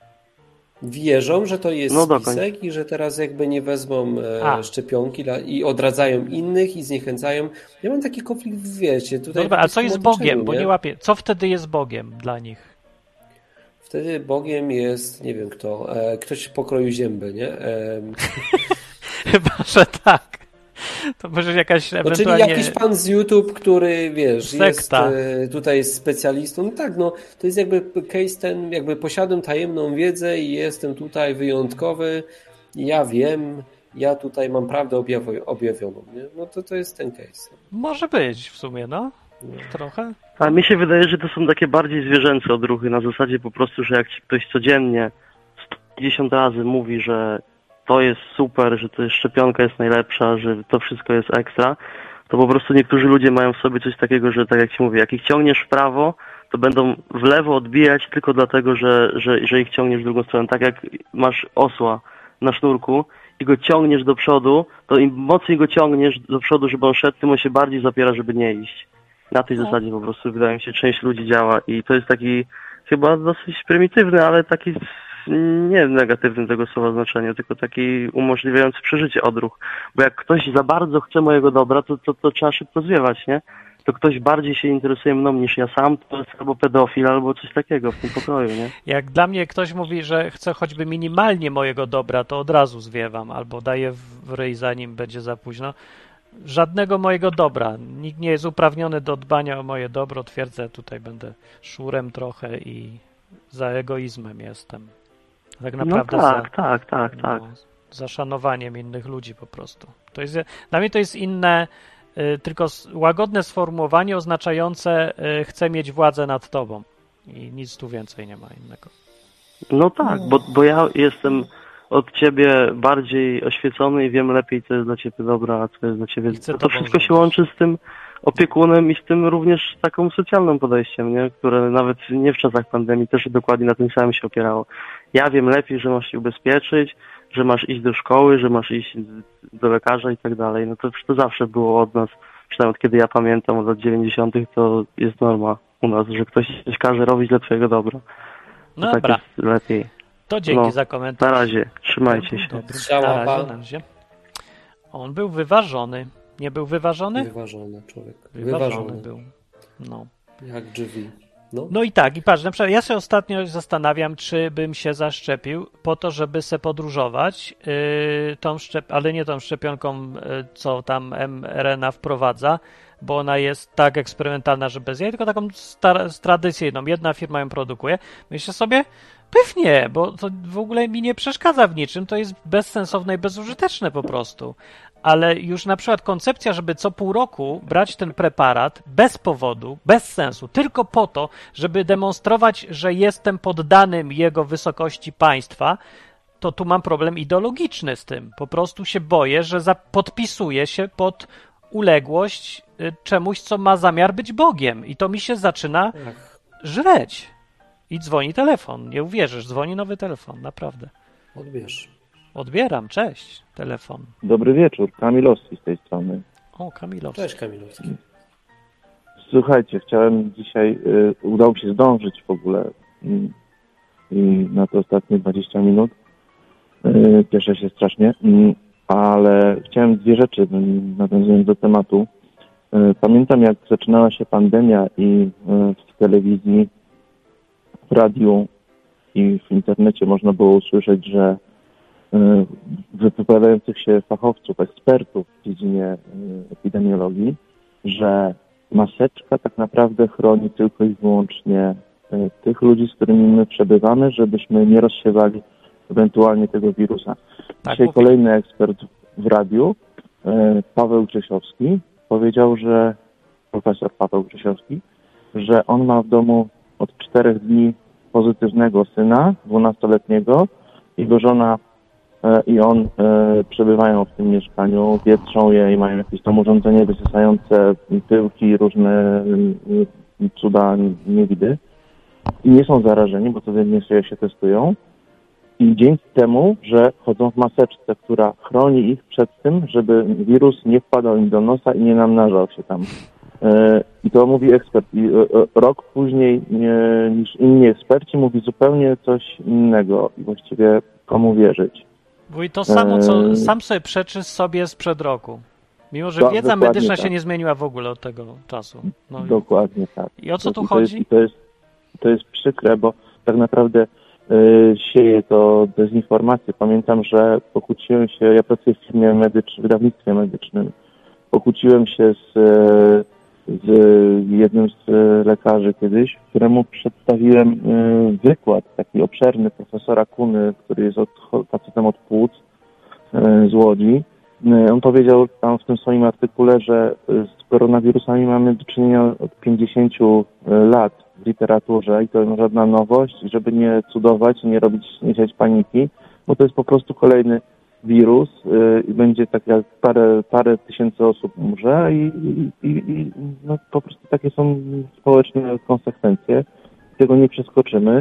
Wierzą, że to jest no spisek i że teraz jakby nie wezmą A. e, szczepionki dla, i odradzają innych i zniechęcają. Ja mam taki konflikt, wiecie, tutaj... Dobra, a co jest Bogiem? Nie? Bo nie łapię. Co wtedy jest Bogiem dla nich? Wtedy Bogiem jest, nie wiem kto, e, ktoś pokroju zięby, nie? E, Chyba, że tak. To może jakaś no, ewentualnie... czyli jakiś pan z YouTube, który, wiesz, sekta. jest e, tutaj specjalistą. No tak, no, to jest jakby case ten, jakby posiadam tajemną wiedzę i jestem tutaj wyjątkowy. Ja wiem, ja tutaj mam prawdę objawioną, nie? No to to jest ten case. Może być w sumie, no. Trochę. Ale mi się wydaje, że to są takie bardziej zwierzęce odruchy, na zasadzie po prostu, że jak ci ktoś codziennie sto pięćdziesiąt razy mówi, że to jest super, że to jest szczepionka jest najlepsza, że to wszystko jest ekstra, to po prostu niektórzy ludzie mają w sobie coś takiego, że tak jak ci mówię, jak ich ciągniesz w prawo, to będą w lewo odbijać tylko dlatego, że, że, że ich ciągniesz w drugą stronę. Tak jak masz osła na sznurku i go ciągniesz do przodu, to im mocniej go ciągniesz do przodu, żeby on szedł, tym on się bardziej zapiera, żeby nie iść. Na tej zasadzie po prostu wydaje mi się, część ludzi działa i to jest taki chyba dosyć prymitywny, ale taki nie w negatywnym tego słowa znaczeniu, tylko taki umożliwiający przeżycie odruch. Bo jak ktoś za bardzo chce mojego dobra, to, to, to trzeba szybko zwiewać, nie? To ktoś bardziej się interesuje mną niż ja sam, to jest albo pedofil, albo coś takiego w tym pokroju, nie? Jak dla mnie ktoś mówi, że chce choćby minimalnie mojego dobra, to od razu zwiewam albo daję w ryj, zanim będzie za późno. Żadnego mojego dobra. Nikt nie jest uprawniony do dbania o moje dobro. Twierdzę, tutaj będę szurem trochę i za egoizmem jestem. Tak naprawdę no tak, za, tak, tak, tak. No, za szanowaniem innych ludzi po prostu. To jest, dla mnie to jest inne, y, tylko łagodne sformułowanie oznaczające y, chcę mieć władzę nad tobą. I nic tu więcej nie ma innego. No tak, bo, bo ja jestem od ciebie bardziej oświecony i wiem lepiej, co jest dla ciebie dobre, a co jest dla ciebie... To, to wszystko się łączy z tym opiekunem i z tym również taką socjalnym podejściem, nie? Które nawet nie w czasach pandemii też dokładnie na tym samym się opierało. Ja wiem lepiej, że masz się ubezpieczyć, że masz iść do szkoły, że masz iść do lekarza i tak dalej. No to, to zawsze było od nas, przynajmniej od kiedy ja pamiętam, od lat dziewięćdziesiątych to jest norma u nas, że ktoś coś każe robić dla twojego dobra. No tak dobra. Jest lepiej. To dzięki no, za komentarz. Na razie, trzymajcie się. Dobry. Ciała, na razie, na razie. On był wyważony. Nie był wyważony? Wyważony człowiek. Wyważony, Wyważony był. No. Jak drzwi. No. no i tak, i patrz, na przykład ja się ostatnio zastanawiam, czy bym się zaszczepił po to, żeby se podróżować, yy, tą szczep- ale nie tą szczepionką, yy, co tam mRNA wprowadza, bo ona jest tak eksperymentalna, że bez jej, tylko taką star- tradycyjną. Jedna firma ją produkuje. Myślę sobie, pewnie, bo to w ogóle mi nie przeszkadza w niczym, to jest bezsensowne i bezużyteczne po prostu. Ale już na przykład koncepcja, żeby co pół roku brać ten preparat bez powodu, bez sensu, tylko po to, żeby demonstrować, że jestem poddanym jego wysokości państwa, to tu mam problem ideologiczny z tym. Po prostu się boję, że za- podpisuję się pod uległość y, czemuś, co ma zamiar być Bogiem. I to mi się zaczyna Ach, żreć. I dzwoni telefon. Nie uwierzysz, dzwoni nowy telefon, naprawdę. odbierz. Odbieram, cześć, telefon. Dobry wieczór, Kamilowski z tej strony. O, Kamilowski. Cześć Kamilowski. Słuchajcie, chciałem dzisiaj, y, udało mi się zdążyć w ogóle y, y, na te ostatnie dwadzieścia minut. Y, cieszę się strasznie, y, ale chciałem dwie rzeczy, y, nawiązując do tematu. Y, pamiętam, jak zaczynała się pandemia i y, w telewizji, w radiu i w internecie można było usłyszeć, że wypowiadających się fachowców, ekspertów w dziedzinie epidemiologii, że maseczka tak naprawdę chroni tylko i wyłącznie tych ludzi, z którymi my przebywamy, żebyśmy nie rozsiewali ewentualnie tego wirusa. Tak, Dzisiaj mówię. kolejny ekspert w radiu, Paweł Grzesiowski, powiedział, że profesor Paweł Grzesiowski, że on ma w domu od czterech dni pozytywnego syna, dwunastoletniego, jego żona i on e, przebywają w tym mieszkaniu, wietrzą je i mają jakieś tam urządzenie wysysające pyłki, różne e, cuda, niewidy. I nie są zarażeni, bo codziennie sobie się testują. I dzięki temu, że chodzą w maseczce, która chroni ich przed tym, żeby wirus nie wpadał im do nosa i nie namnażał się tam. E, I to mówi ekspert. I e, rok później nie, niż inni eksperci mówi zupełnie coś innego. I właściwie komu wierzyć? Wuj, to samo, co Eee. sam sobie przeczy sobie sprzed roku. Mimo, że Tak, wiedza dokładnie medyczna tak. się nie zmieniła w ogóle od tego czasu. No i, Dokładnie tak. I o co tu I to chodzi? Jest, i to, jest, to jest przykre, bo tak naprawdę y, sieje to dezinformację. Pamiętam, że pokłóciłem się, ja pracuję w firmie medycznej, w wydawnictwie medycznym. Pokłóciłem się z, z jednym z lekarzy kiedyś, któremu przedstawiłem y, wykład taki obszerny profesora Kuny, który jest od, facetem od płuc y, z Łodzi. On powiedział tam w tym swoim artykule, że z koronawirusami mamy do czynienia od pięćdziesięciu lat w literaturze i to żadna nowość, żeby nie cudować, nie robić, nie siać paniki, bo to jest po prostu kolejny wirus i będzie tak jak parę, parę tysięcy osób umrze i, i, i no, po prostu takie są społeczne konsekwencje. Tego nie przeskoczymy.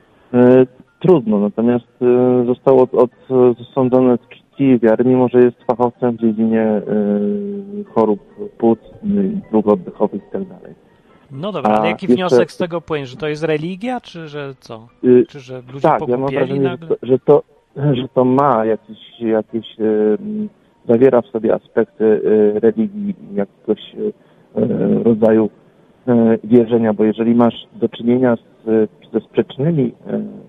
Trudno, natomiast został od, od, zasądzony czci wiary, mimo że jest fachowcem w dziedzinie y, chorób płuc, y, dróg oddechowych i tak dalej. No dobra, A ale jaki jeszcze- wniosek z tego płynie? Że to jest religia, czy że co? Y, Czy że ludzie tak, ja mam pogubieli wrażenie, że nagle? to, że to, że to ma jakieś, jakieś y, zawiera w sobie aspekty y, religii, jakiegoś y, y, rodzaju y, wierzenia, bo jeżeli masz do czynienia z, ze sprzecznymi y,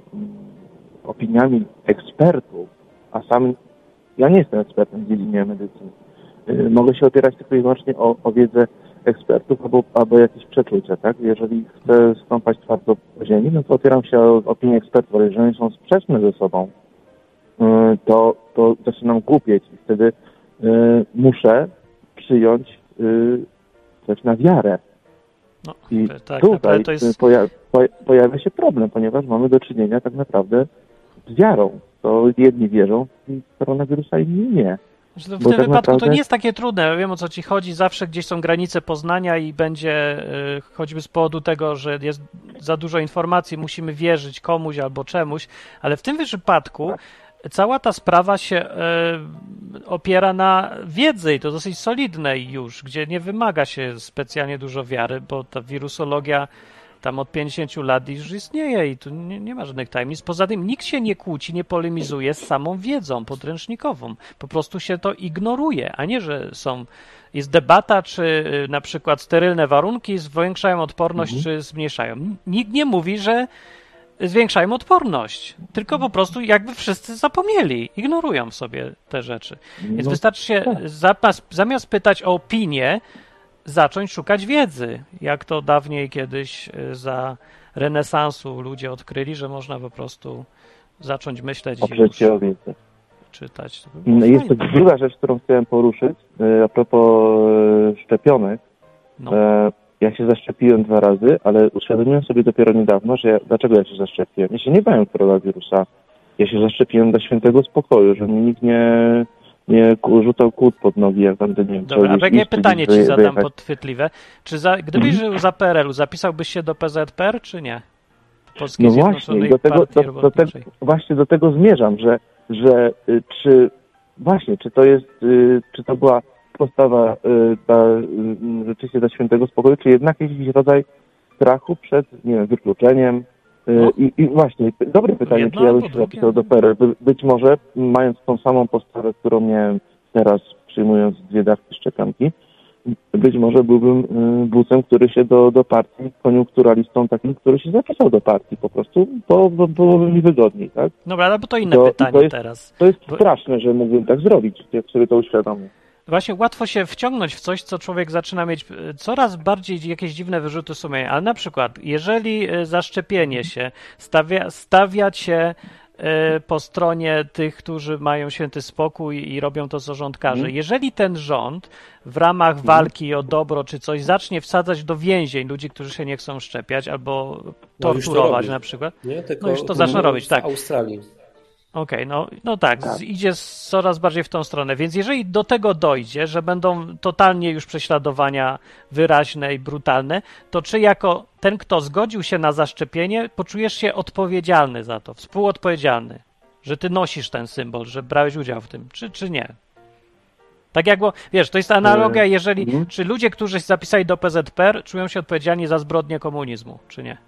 opiniami ekspertów, a sam ja nie jestem ekspertem w dziedzinie medycyny. Yy, mogę się opierać tylko i wyłącznie o, o wiedzę ekspertów albo, albo jakieś przeczucia, tak? Jeżeli chcę stąpać twardo po ziemi, no to opieram się o opinię ekspertów, ale jeżeli są sprzeczne ze sobą, yy, to, to zaczynam głupieć i wtedy yy, muszę przyjąć yy, coś na wiarę. No, I tak, tutaj to jest... poja- pojawia się problem, ponieważ mamy do czynienia tak naprawdę z wiarą. To jedni wierzą w koronawirusa, inni nie. W tym tak wypadku naprawdę... to nie jest takie trudne. Ja wiem, o co ci chodzi. Zawsze gdzieś są granice poznania i będzie, y, choćby z powodu tego, że jest za dużo informacji, musimy wierzyć komuś albo czemuś, ale w tym wypadku cała ta sprawa się y, opiera na wiedzy i to dosyć solidnej już, gdzie nie wymaga się specjalnie dużo wiary, bo ta wirusologia tam od pięćdziesięciu lat już istnieje i tu nie, nie ma żadnych tajemnic. Poza tym nikt się nie kłóci, nie polemizuje z samą wiedzą podręcznikową. Po prostu się to ignoruje, a nie, że są, jest debata, czy na przykład sterylne warunki zwiększają odporność, mhm. czy zmniejszają. Nikt nie mówi, że zwiększają odporność, tylko po prostu jakby wszyscy zapomnieli, ignorują sobie te rzeczy. Więc no, wystarczy się tak. zamiast pytać o opinię, zacząć szukać wiedzy, jak to dawniej kiedyś za renesansu ludzie odkryli, że można po prostu zacząć myśleć i już czytać. No jest to druga rzecz, którą chciałem poruszyć, a propos szczepionek. No. Ja się zaszczepiłem dwa razy, ale uświadomiłem sobie dopiero niedawno, że ja, dlaczego ja się zaszczepiłem. Ja się nie bałem koronawirusa. Ja się zaszczepiłem dla świętego spokoju, że mi nikt nie... nie rzucał kłód pod nogi, jak będę nie wiem. Dobra, a takie pytanie ci zadam podchwytliwe. Czy za, gdybyś żył za P R L u, zapisałbyś się do P Z P R, czy nie? Polskiej no właśnie, do tego, do, do te, właśnie do tego zmierzam, że, że y, czy właśnie, czy to jest, y, czy to była postawa y, ta, y, rzeczywiście dla świętego spokoju, czy jednak jakiś rodzaj strachu przed, nie wiem, wykluczeniem. No. I, I właśnie, dobre pytanie, Jedno, czy ja bym się zapisał do P R L. By, być może, mając tą samą postawę, którą miałem teraz, przyjmując dwie dawki szczepionki, być może byłbym y, bucem, który się do, do partii, koniunkturalistą takim, który się zapisał do partii po prostu, bo, bo byłoby mi wygodniej, tak? Dobra, ale bo to inne to, pytanie to jest, teraz. To jest bo... straszne, że mógłbym tak zrobić, jak sobie to uświadomię. Właśnie łatwo się wciągnąć w coś, co człowiek zaczyna mieć coraz bardziej jakieś dziwne wyrzuty sumienia. Ale na przykład, jeżeli zaszczepienie się stawia, stawia cię po stronie tych, którzy mają święty spokój i robią to, co rządkarze. Mm. Jeżeli ten rząd w ramach mm. walki o dobro czy coś zacznie wsadzać do więzień ludzi, którzy się nie chcą szczepiać albo torturować no na przykład, nie? Tylko no już to zaczną robić, tak. W Australii. Okej, okay, no, no tak, tak, idzie coraz bardziej w tą stronę, więc jeżeli do tego dojdzie, że będą totalnie już prześladowania wyraźne i brutalne, to czy jako ten, kto zgodził się na zaszczepienie, poczujesz się odpowiedzialny za to, współodpowiedzialny, że ty nosisz ten symbol, że brałeś udział w tym, czy, czy nie? Tak jak, bo, wiesz, to jest analogia, jeżeli, mm. czy ludzie, którzy się zapisali do P Z P R, czują się odpowiedzialni za zbrodnię komunizmu, czy nie?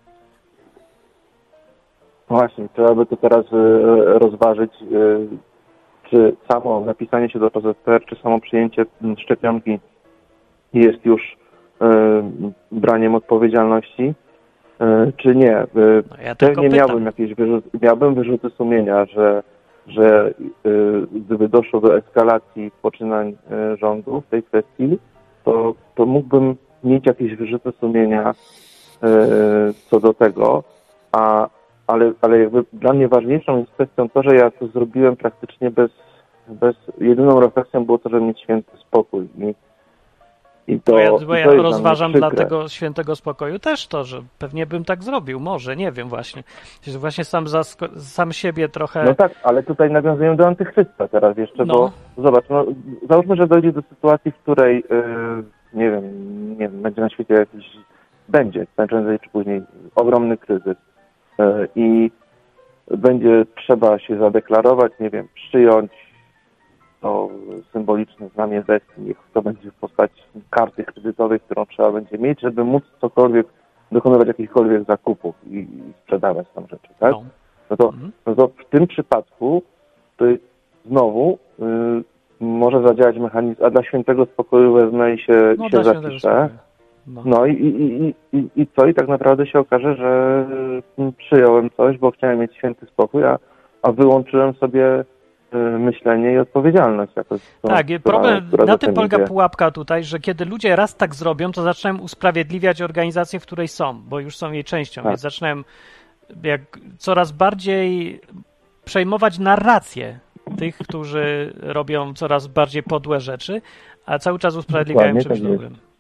Właśnie, trzeba by to teraz y, rozważyć, y, czy samo napisanie się do P Z P R, czy samo przyjęcie szczepionki jest już y, braniem odpowiedzialności, y, czy nie. Y, no ja pewnie miałbym jakieś wyrzuty, miałbym wyrzuty sumienia, że, że y, gdyby doszło do eskalacji poczynań y, rządu w tej kwestii, to, to mógłbym mieć jakieś wyrzuty sumienia y, co do tego, a Ale, ale jakby dla mnie ważniejszą jest kwestią to, że ja to zrobiłem praktycznie bez, bez jedyną refleksją było to, żeby mieć święty spokój. I, i to, bo ja, bo i ja to rozważam dla tego świętego spokoju też to, że pewnie bym tak zrobił, może, nie wiem właśnie. Właśnie sam, za, sam siebie trochę... No tak, ale tutaj nawiązuję do antychrysta teraz jeszcze, no. bo zobacz, no, załóżmy, że dojdzie do sytuacji, w której, yy, nie wiem, nie wiem, będzie na świecie jakiś, będzie, prędzej czy później, ogromny kryzys. I będzie trzeba się zadeklarować, nie wiem, przyjąć to symboliczne znamię bestii, niech to będzie w postaci karty kredytowej, którą trzeba będzie mieć, żeby móc cokolwiek, dokonywać jakichkolwiek zakupów i, i sprzedawać tam rzeczy, tak? No, no, to, no to w tym przypadku to znowu y, może zadziałać mechanizm, a dla świętego spokoju wezmę i się, no, się zapiszę. No, no i, i, i, i co? I tak naprawdę się okaże, że przyjąłem coś, bo chciałem mieć święty spokój, a, a wyłączyłem sobie y, myślenie i odpowiedzialność. Jakoś, tą, tak, która, problem, która na tym polega idzie. pułapka tutaj, że kiedy ludzie raz tak zrobią, to zaczynają usprawiedliwiać organizację, w której są, bo już są jej częścią, tak. Więc zaczynają jak coraz bardziej przejmować narrację tych, którzy robią coraz bardziej podłe rzeczy, a cały czas usprawiedliwiają czymś dobrym.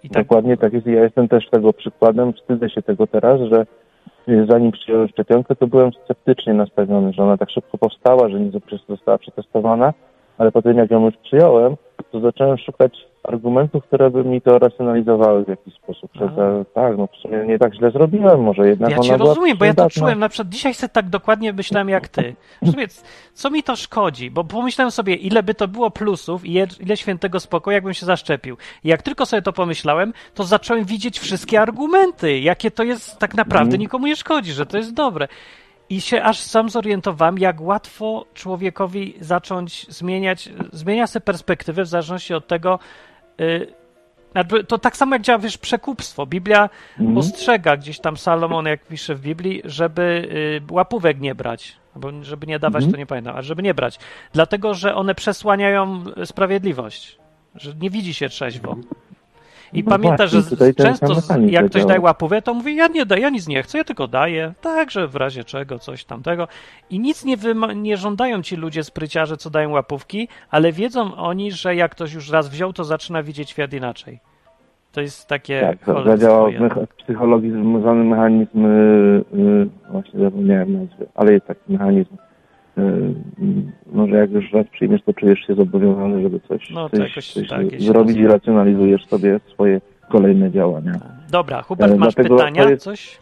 I tak... Dokładnie tak jest. Ja jestem też tego przykładem. Wstydzę się tego teraz, że zanim przyjąłem szczepionkę, to byłem sceptycznie nastawiony, że ona tak szybko powstała, że nie została przetestowana, ale potem jak ją już przyjąłem, to zacząłem szukać argumentów, które by mi to racjonalizowały w jakiś sposób. Że to, tak, no w sumie nie tak źle zrobiłem, może jednak ja ona cię była rozumiem, bo ja to przydatna. czułem, na przykład dzisiaj sobie tak dokładnie myślałem jak ty. W sumie, co mi to szkodzi? Bo pomyślałem sobie, ile by to było plusów i ile świętego spokoju, jakbym się zaszczepił. I jak tylko sobie to pomyślałem, to zacząłem widzieć wszystkie argumenty, jakie to jest tak naprawdę Mm. nikomu nie szkodzi, że to jest dobre. I się aż sam zorientowałem, jak łatwo człowiekowi zacząć zmieniać, zmienia sobie perspektywę w zależności od tego, yy, to tak samo jak działa, wiesz, przekupstwo. Biblia Mhm. ostrzega gdzieś tam Salomon, jak pisze w Biblii, żeby y, łapówek nie brać, albo żeby nie dawać, Mhm. to nie pamiętam, ale żeby nie brać. Dlatego, że one przesłaniają sprawiedliwość, że nie widzi się trzeźwo. I No pamiętasz, właśnie, że tutaj ten często sam z- mechanizm jak ktoś działa. daje łapówę, to mówi, ja nie daję, ja nic nie chcę, ja tylko daję, tak, że w razie czego, coś tamtego. I nic nie, wyma- nie żądają ci ludzie spryciarze, co dają łapówki, ale wiedzą oni, że jak ktoś już raz wziął, to zaczyna widzieć świat inaczej. To jest takie Tak, to cholerstwo zadziałał jedno. mecha- w psychologii związany mechanizm, yy, yy, właśnie zapomniałem nazwy, ale jest taki mechanizm, yy, yy, no, że jak już raz przyjmiesz, to czujesz się zobowiązany, żeby coś, No, to coś, jakoś coś tak, jeśli zrobić to- i racjonalizujesz sobie swoje kolejne działania. Dobra, Hubert, E, masz dlatego pytania? to jest- Coś?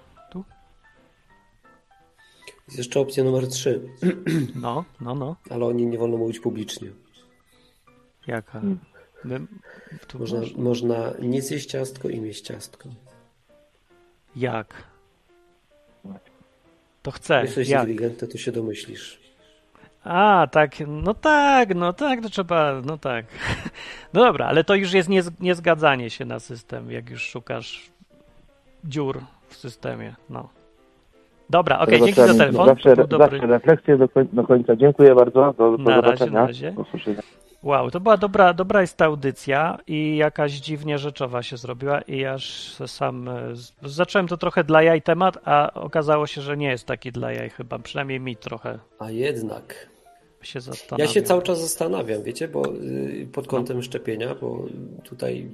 Jest jeszcze opcja numer trzy, No, no, no. ale o niej nie wolno mówić publicznie. Jaka? Hmm. My, tu Można, masz- można nie zjeść ciastko i mieć ciastko. Jak? To chcę. Jesteś Jak? inteligentny, to się domyślisz. A, tak, no tak, no tak, to trzeba, no tak. No dobra, ale to już jest niez, niezgadzanie się na system, jak już szukasz dziur w systemie, no. Dobra, okej, dzięki za Zobaczmy. telefon. Zawsze, To był dobry. zawsze refleksje do, koń- do końca. Dziękuję bardzo. Do, do Na razie, zobaczenia. na razie. Do usłyszenia. Wow, to była dobra, dobra jest ta audycja i jakaś dziwnie rzeczowa się zrobiła i aż sam e, z- zacząłem to trochę dla jaj temat, a okazało się, że nie jest taki dla jaj chyba, przynajmniej mi trochę A jednak. się Ja zastanawiam. się cały czas zastanawiam, wiecie, bo y, pod kątem szczepienia, bo tutaj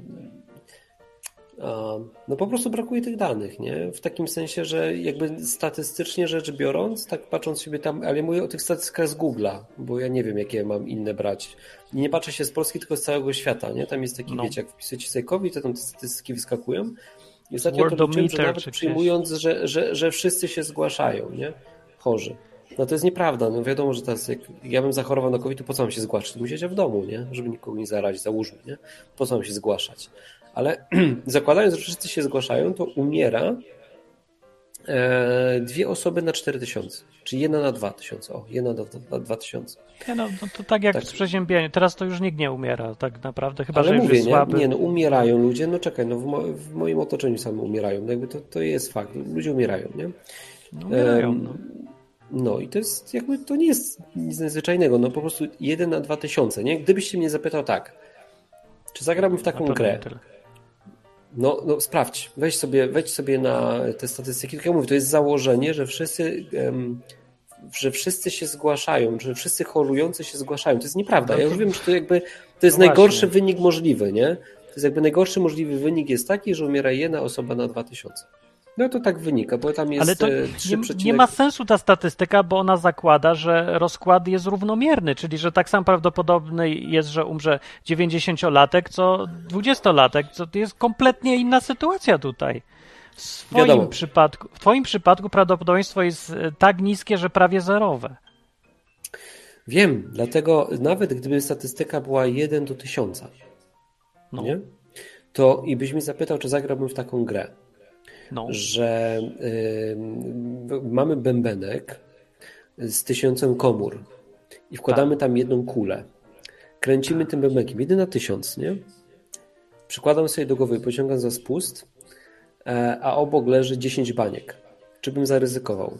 a, no po prostu brakuje tych danych, nie? W takim sensie, że jakby statystycznie rzecz biorąc, tak patrząc sobie tam, ale ja mówię o tych statystykach z Google'a, bo ja nie wiem, jakie mam inne brać. I nie patrzę się z Polski, tylko z całego świata, nie? Tam jest taki, No. wiecie, jak wpisujecie sobie COVID, to tam te statystyki wyskakują. I ostatnio to Worldometer liczyłem, że nawet czy gdzieś. przyjmując, że, że, że wszyscy się zgłaszają, nie? Chorzy. No to jest nieprawda. No wiadomo, że teraz jak ja bym zachorował na COVID, to po co mam się zgłaszać? To bym siedział w domu, nie? Żeby nikogo nie zarazić, załóżmy, nie? Po co mam się zgłaszać? Ale zakładając, że wszyscy się zgłaszają, to umiera e, dwie osoby na cztery tysiące. Czyli jedna na dwa tysiące. O, jedna na, na dwa tysiące. Nie, no, no to tak jak Tak. z przeziębieniem. Teraz to już nikt nie umiera, tak naprawdę, chyba, Ale że już mówię, jest nie? słaby. Nie, no umierają ludzie. No czekaj, no w, mo w moim otoczeniu sami umierają. No jakby to, to jest fakt. Ludzie umierają, nie? No, umierają, Em, no. No i to jest jakby to nie jest nic nadzwyczajnego, no po prostu jeden na dwa tysiące, nie? Gdybyście mnie zapytał tak, czy zagrałbym w Na taką pewno grę? nie tyle. No, no sprawdź, weź sobie, wejdź sobie na te statystyki, tylko ja mówię, to jest założenie, że wszyscy, em, że wszyscy się zgłaszają, że wszyscy chorujący się zgłaszają. To jest nieprawda. Ja już wiem, że to jakby to jest No najgorszy właśnie. wynik możliwy, nie? To jest jakby najgorszy możliwy wynik jest taki, że umiera jedna osoba na dwa tysiące. No to tak wynika, bo tam jest Ale to e, nie, trzy przecinek... nie ma sensu ta statystyka, bo ona zakłada, że rozkład jest równomierny, czyli że tak samo prawdopodobny jest, że umrze dziewięćdziesięciolatek, co dwudziestolatek, co to jest kompletnie inna sytuacja tutaj. W swoim Wiadomo. przypadku, w twoim przypadku prawdopodobieństwo jest e, tak niskie, że prawie zerowe. Wiem, dlatego nawet gdyby statystyka była jeden do tysiąca, No, nie? To i byś mnie zapytał, czy zagrałbym w taką grę, no. że y, mamy bębenek z tysiącem komór i wkładamy tam jedną kulę. Kręcimy tym bębenkiem, jeden na tysiąc, nie? Przykładam sobie do głowy, pociągam za spust, e, a obok leży dziesięć baniek. Czy bym zaryzykował?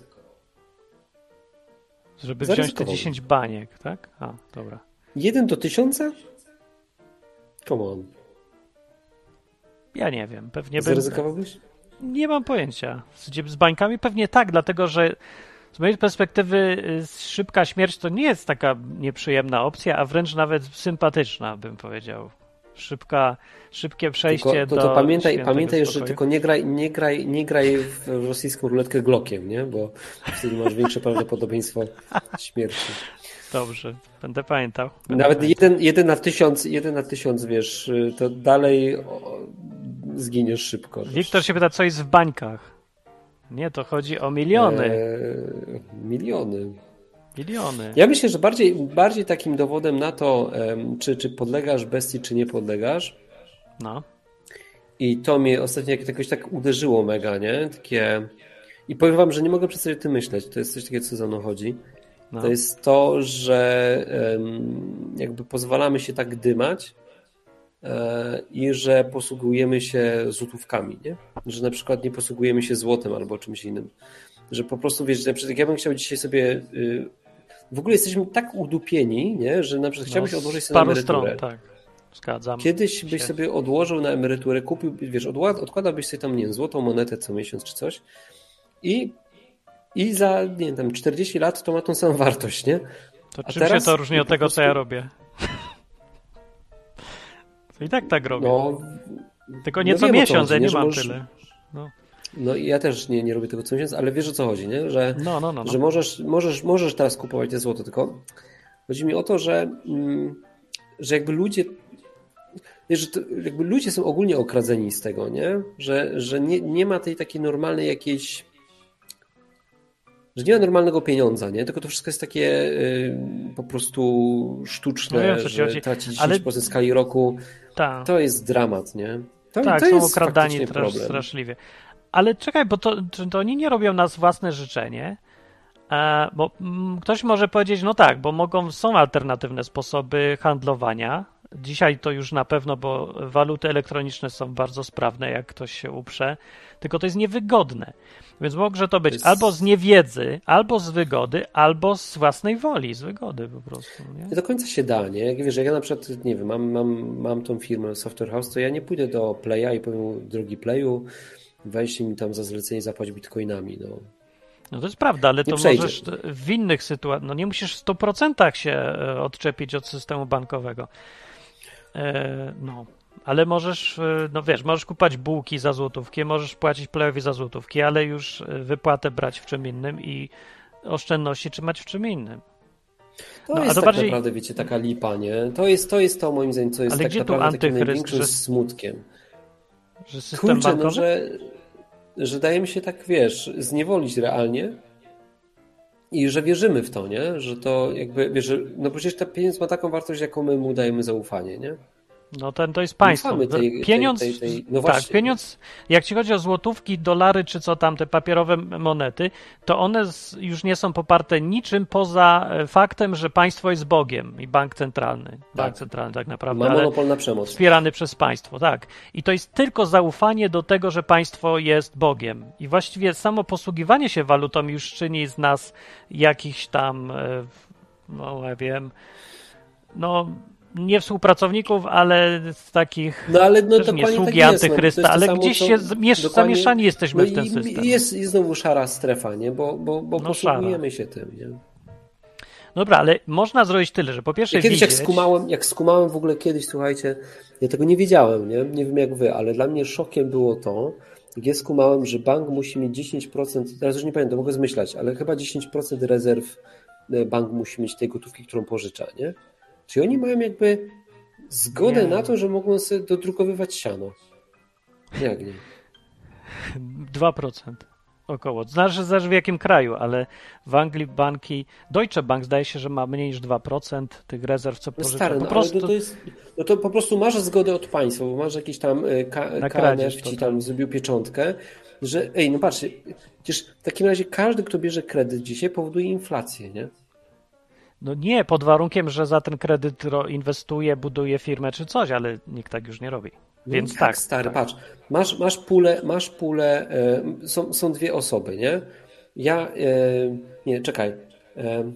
Żeby wziąć te Zaryzykowałbym. dziesięć baniek, tak? A, dobra. jeden do tysiąca? Come on. Ja nie wiem, pewnie bym... Zaryzykowałbyś? Nie mam pojęcia. Z, z bańkami pewnie tak, dlatego że z mojej perspektywy y, szybka śmierć to nie jest taka nieprzyjemna opcja, a wręcz nawet sympatyczna, bym powiedział. Szybka, szybkie przejście tylko, to, to do pamiętaj, pamiętaj, spokoju. że tylko nie graj, nie graj, nie graj w rosyjską ruletkę Glockiem, nie? Bo wtedy masz większe prawdopodobieństwo śmierci. Dobrze, będę pamiętał. Będę Nawet pamiętał. jeden, jeden na tysiąc, jeden na tysiąc, wiesz, to dalej o, zginiesz szybko. Wiktor się pyta, co jest w bańkach. Nie, to chodzi o miliony. Eee, miliony. Miliony. Ja myślę, że bardziej, bardziej takim dowodem na to, um, czy, czy podlegasz bestii, czy nie podlegasz. No. I to mnie ostatnio jakoś tak uderzyło mega, nie? Takie... I powiem wam, że nie mogę przestać o tym myśleć. To jest coś takiego, co za mną chodzi. No. To jest to, że um, jakby pozwalamy się tak dymać e, i że posługujemy się złotówkami, nie? Że na przykład nie posługujemy się złotem albo czymś innym. Że po prostu, wiesz, na przykład ja bym chciał dzisiaj sobie... Y, w ogóle jesteśmy tak udupieni, nie? Że na przykład No, chciałbyś odłożyć z sobie na paru emeryturę. stron, tak. Zgadzam Kiedyś się. byś sobie odłożył na emeryturę, kupił, wiesz, odkładałbyś sobie tam, nie wiem, złotą monetę co miesiąc czy coś i, i za, nie wiem, tam czterdzieści lat to ma tą samą wartość, nie? To A czym teraz się to różni od po tego, prostu... co ja robię? To i tak tak robię. No, Tylko nie no co wiem, o co miesiąc, chodzi, ja nie że mam możesz... tyle. No, no i ja też nie, nie robię tego co miesiąc, ale wiesz o co chodzi, nie? Że, no, no, no, no. że możesz, możesz, możesz teraz kupować te złoto, tylko chodzi mi o to, że, mm, że jakby ludzie Wiesz, że to jakby ludzie są ogólnie okradzeni z tego, nie? Że, że nie, nie ma tej takiej normalnej jakiejś... Że nie ma normalnego pieniądza, nie? Tylko to wszystko jest takie y, po prostu sztuczne, No wiem, co ci że chodzi. traci dziesięć Ale- procent skali roku. Tak, To jest dramat, nie? To, tak to są jest okradani faktycznie teraz problem. straszliwie. Ale czekaj, bo to, czy to oni nie robią nas własne życzenie? E, bo mm, ktoś może powiedzieć, no tak, bo mogą, są alternatywne sposoby handlowania. Dzisiaj to już na pewno, bo waluty elektroniczne są bardzo sprawne, jak ktoś się uprze, tylko to jest niewygodne. Więc może to być To jest- albo z niewiedzy, albo z wygody, albo z własnej woli, z wygody po prostu. Nie? Nie do końca się da, nie? Jak wiesz, jak ja na przykład, nie wiem, mam, mam, mam tą firmę Software House, to ja nie pójdę do Playa i powiem, drogi Playu, weź mi tam za zlecenie zapłać bitcoinami, no. No to jest prawda, ale Nie to przejdzie. możesz w innych sytuacjach, no nie musisz w stu procentach się e, odczepić od systemu bankowego. E, no, ale możesz, e, no wiesz, możesz kupować bułki za złotówki, możesz płacić Playowi za złotówki, ale już e, wypłatę brać w czym innym i oszczędności trzymać w czym innym. To No, a jest to tak bardziej- naprawdę, wiecie, taka lipa, nie? To jest to, jest to moim zdaniem, co jest Ale tak gdzie tu naprawdę takim antychryst, największym że- smutkiem. Że system Kurczę, bankowy? no, że, że dajemy się tak, wiesz, zniewolić realnie i że wierzymy w to, nie? Że to jakby, wiesz, że, no przecież ten pieniądz ma taką wartość, jaką my mu dajemy zaufanie, nie? No ten to jest państwo. Ufamy tej- Pieniądz, tej- tej- tej- no tak, właśnie. pieniądz, jak ci chodzi o złotówki, dolary, czy co tam, te papierowe monety, to one z, już nie są poparte niczym poza e, faktem, że państwo jest Bogiem i bank centralny. Bank centralny tak naprawdę, Ma ale monopol na przemoc. wspierany przez państwo, tak. I to jest tylko zaufanie do tego, że państwo jest Bogiem. I właściwie samo posługiwanie się walutą już czyni z nas jakichś tam, e, no ja wiem, no nie współpracowników, ale z takich No ale no też nie dokładnie sługi tak jest, antychrysta, no, to jest ale to samo, gdzieś co- się zmiesz, dokładnie- zamieszani jesteśmy no w ten i system. Jest, jest znowu szara strefa, nie? Bo, bo, bo No, posługujemy się tym, nie? Dobra, ale można zrobić tyle, że po pierwsze Ja kiedyś widzieć... jak skumałem, jak skumałem w ogóle kiedyś, słuchajcie, ja tego nie wiedziałem, nie? Nie wiem jak wy, ale dla mnie szokiem było to, jak ja skumałem, że bank musi mieć dziesięć procent, teraz już nie pamiętam, mogę zmyślać, ale chyba dziesięć procent rezerw bank musi mieć tej gotówki, którą pożycza, nie? Czyli oni mają jakby zgodę Nie. na to, że mogą sobie dodrukowywać siano. Jak nie? dwa procent około. Znaczy, zależy w jakim kraju, ale w Anglii banki... Deutsche Bank zdaje się, że ma mniej niż dwa procent tych rezerw, co No pożycza. stary, po no, prostu... ale to, to jest, no to po prostu masz zgodę od państwa, bo masz jakiś tam y, K, Na K N kradzież F ci totalnie. tam zrobił pieczątkę, że ej, no patrzcie, przecież w takim razie każdy, kto bierze kredyt dzisiaj, powoduje inflację, nie? No nie, pod warunkiem, że za ten kredyt ro- inwestuje, buduje firmę czy coś, ale nikt tak już nie robi. No Więc jak, tak, stary, tak. patrz, masz, masz pulę, masz pulę, e, są, są dwie osoby, nie? Ja, e, nie, czekaj, e,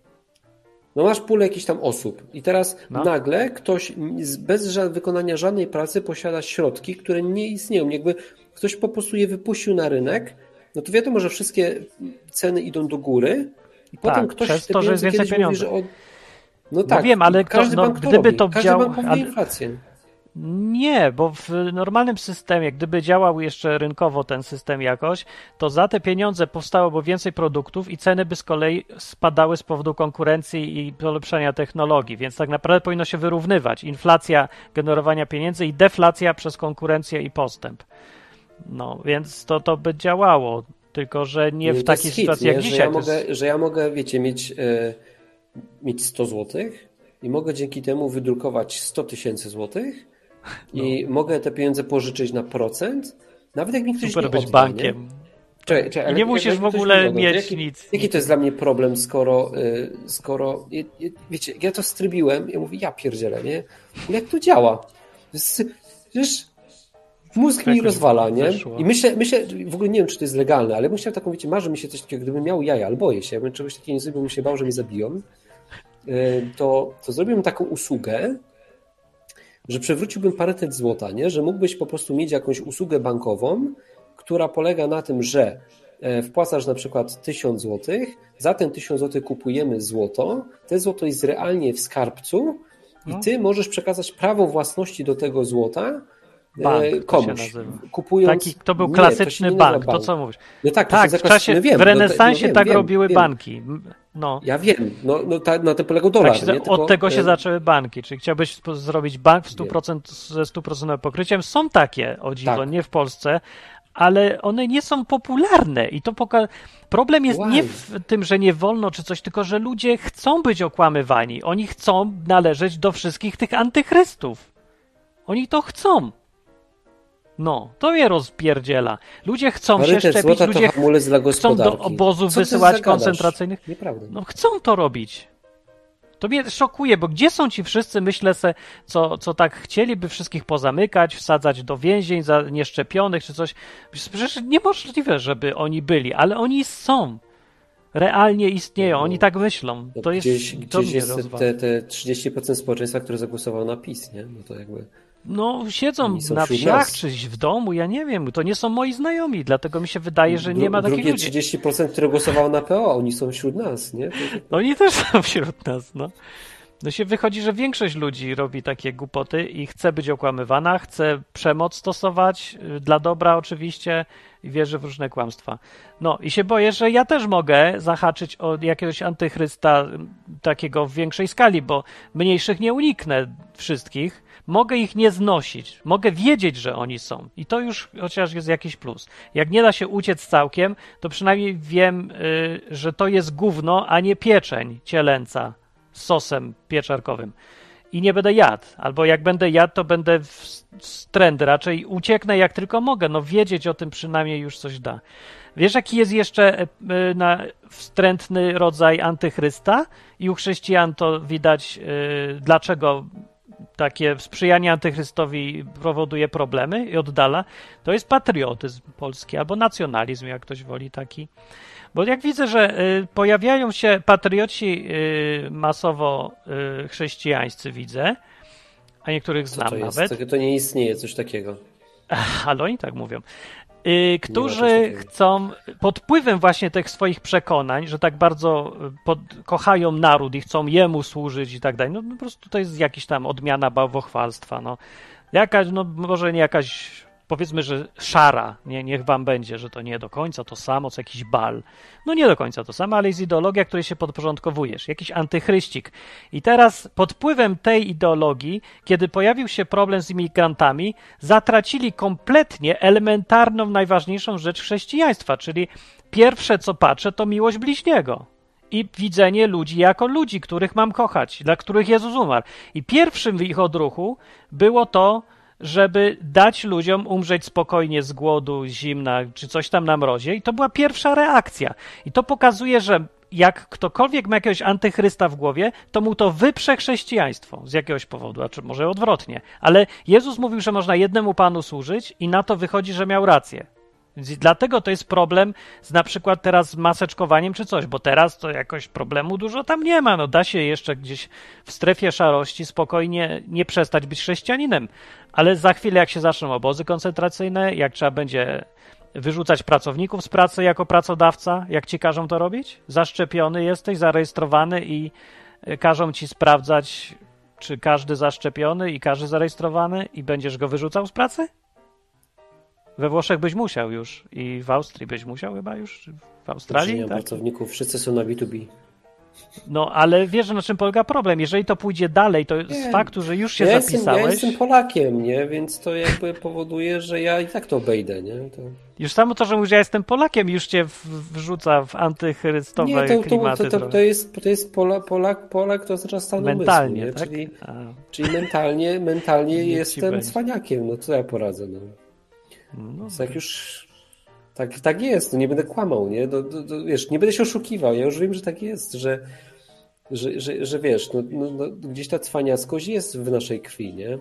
no masz pulę jakichś tam osób i teraz No. nagle ktoś z- bez ża- wykonania żadnej pracy posiada środki, które nie istnieją. Jakby ktoś po prostu je wypuścił na rynek, no to wiadomo, że wszystkie ceny idą do góry i potem ktoś przez te to, że jest pieniądze więcej kiedyś mówi, pieniądza. że od... No tak, wiem, ale każdy to- no, bank to gdyby robi. to Każdy dział- bank powoduje ale- inflację. Nie, bo w normalnym systemie, gdyby działał jeszcze rynkowo ten system jakoś, to za te pieniądze powstałoby więcej produktów i ceny by z kolei spadały z powodu konkurencji i polepszania technologii, więc tak naprawdę powinno się wyrównywać. Inflacja generowania pieniędzy i deflacja przez konkurencję i postęp. No, więc to, to by działało, tylko że nie w takiej sytuacji jak dzisiaj. Że ja, mogę, że ja mogę, wiecie, mieć, yy, mieć sto złotych i mogę dzięki temu wydrukować sto tysięcy złotych i no. mogę te pieniądze pożyczyć na procent, nawet jak mi ktoś Super nie być odda, bankiem. Nie? Czekaj, czekaj, nie ale, musisz jak, w ogóle mieć jaki, nic. Jaki to jest dla mnie problem, skoro, yy, skoro yy, wiecie, ja to strybiłem, ja mówię, ja pierdzielę, nie? Jak to działa? Przecież mózg mi rozwala, nie? Wyszło. I myślę, myślę, w ogóle nie wiem, czy to jest legalne, ale bym chciał taką, wiecie, marzy mi się coś takiego, gdybym miał jaja, ale boję się, bym czegoś takiego nie zrobił, bym się bał, że mnie zabiją, to, to zrobiłbym taką usługę, że przewróciłbym parytet złota, nie? Że mógłbyś po prostu mieć jakąś usługę bankową, która polega na tym, że wpłacasz na przykład tysiąc złotych, za ten tysiąc złotych kupujemy złoto, to złoto jest realnie w skarbcu i ty możesz przekazać prawo własności do tego złota bank, komuś. Kupując... Taki, to był klasyczny nie, to bank, bank, to co mówisz. No tak, tak w, czasie, no wiem, w renesansie no, no, tak wiem, robiły wiem. banki. No. Ja wiem, no, no ta, na tym polegał dolar. Tak się, nie? Tylko, od tego się zaczęły banki, czyli chciałbyś zrobić bank w sto procent ze stuprocentowym pokryciem. Są takie, o dziwo, tak. nie w Polsce, ale one nie są popularne i to poka- problem jest wow. nie w tym, że nie wolno czy coś, tylko że ludzie chcą być okłamywani. Oni chcą należeć do wszystkich tych antychrystów. Oni to chcą. No, to mnie rozpierdziela. Ludzie chcą Parytet się szczepić, złota ludzie to hamulec dla chcą do obozów wysyłać koncentracyjnych. Nieprawda. No chcą to robić. To mnie szokuje, bo gdzie są ci wszyscy, myślę se, co, co tak chcieliby wszystkich pozamykać, wsadzać do więzień za nieszczepionych czy coś. Przecież niemożliwe, żeby oni byli, ale oni są. Realnie istnieją, no, oni tak myślą. To jest, gdzieś, to gdzieś jest te, te trzydzieści procent społeczeństwa, które zagłosowało na PiS, nie? No to jakby... No, siedzą na wsiach nas. czy w domu, ja nie wiem, to nie są moi znajomi, dlatego mi się wydaje, że nie ma takich ludzi. Drugie trzydzieści procent, które głosowało na P O, oni są wśród nas, nie? No, oni też są wśród nas, no. No się wychodzi, że większość ludzi robi takie głupoty i chce być okłamywana, chce przemoc stosować, dla dobra oczywiście, i wierzy w różne kłamstwa. No i się boję, że ja też mogę zahaczyć o jakiegoś antychrysta takiego w większej skali, bo mniejszych nie uniknę wszystkich, mogę ich nie znosić, mogę wiedzieć, że oni są i to już chociaż jest jakiś plus. Jak nie da się uciec całkiem, to przynajmniej wiem, yy, że to jest gówno, a nie pieczeń cielęca z sosem pieczarkowym. I nie będę jadł. Albo jak będę jadł, to będę w trend. Raczej ucieknę jak tylko mogę. No wiedzieć o tym przynajmniej już coś da. Wiesz, jaki jest jeszcze na wstrętny rodzaj antychrysta? I u chrześcijan to widać, yy, dlaczego takie sprzyjanie antychrystowi powoduje problemy i oddala. To jest patriotyzm polski albo nacjonalizm, jak ktoś woli taki. Bo jak widzę, że y, pojawiają się patrioci y, masowo y, chrześcijańscy, widzę, a niektórych znam to jest? nawet. To nie istnieje coś takiego. Ale oni tak mówią. Y, którzy chcą, pod wpływem właśnie tych swoich przekonań, że tak bardzo pod, kochają naród i chcą jemu służyć i tak dalej, no po prostu to jest jakaś tam odmiana bałwochwalstwa. No. Jakaś, no może nie jakaś... Powiedzmy, że szara, nie, niech wam będzie, że to nie do końca to samo, co jakiś bal. No nie do końca to samo, ale jest ideologia, której się podporządkowujesz. Jakiś antychryścik. I teraz pod wpływem tej ideologii, kiedy pojawił się problem z imigrantami, zatracili kompletnie elementarną, najważniejszą rzecz chrześcijaństwa, czyli pierwsze, co patrzę, to miłość bliźniego. I widzenie ludzi jako ludzi, których mam kochać, dla których Jezus umarł. I pierwszym w ich odruchu było to, żeby dać ludziom umrzeć spokojnie z głodu, zimna, czy coś tam na mrozie. I to była pierwsza reakcja. I to pokazuje, że jak ktokolwiek ma jakiegoś antychrysta w głowie, to mu to wyprze chrześcijaństwo z jakiegoś powodu, a czy może odwrotnie. Ale Jezus mówił, że można jednemu Panu służyć i na to wychodzi, że miał rację. Więc dlatego to jest problem z na przykład teraz z maseczkowaniem czy coś, bo teraz to jakoś problemu dużo tam nie ma. No da się jeszcze gdzieś w strefie szarości spokojnie nie przestać być chrześcijaninem. Ale za chwilę jak się zaczną obozy koncentracyjne, jak trzeba będzie wyrzucać pracowników z pracy jako pracodawca, jak ci każą to robić? Zaszczepiony jesteś, zarejestrowany i każą ci sprawdzać czy każdy zaszczepiony i każdy zarejestrowany i będziesz go wyrzucał z pracy? We Włoszech byś musiał już i w Austrii byś musiał chyba już, w Australii. Tak? Pracowników, wszyscy są na B dwa B. No, ale wiesz, na czym polega problem? Jeżeli to pójdzie dalej, to nie, z faktu, że już się ja zapisałeś... Jestem, ja jestem Polakiem, nie? Więc to jakby powoduje, że ja i tak to obejdę, nie? To... Już samo to, że mówisz, ja jestem Polakiem, już cię wrzuca w antychrystowe nie, to, klimaty. To, to, to jest, to jest Pola, Polak, Polak to oznacza stan mentalnie, umysłu, tak? Czyli, czyli mentalnie, mentalnie jestem cwaniakiem, no co ja poradzę, no. No, jak już tak, tak jest, no nie będę kłamał, nie? Do, do, do, wiesz, nie będę się oszukiwał, ja już wiem, że tak jest, że, że, że, że wiesz, no, no, no, gdzieś ta cwaniackość jest w naszej krwi, nie?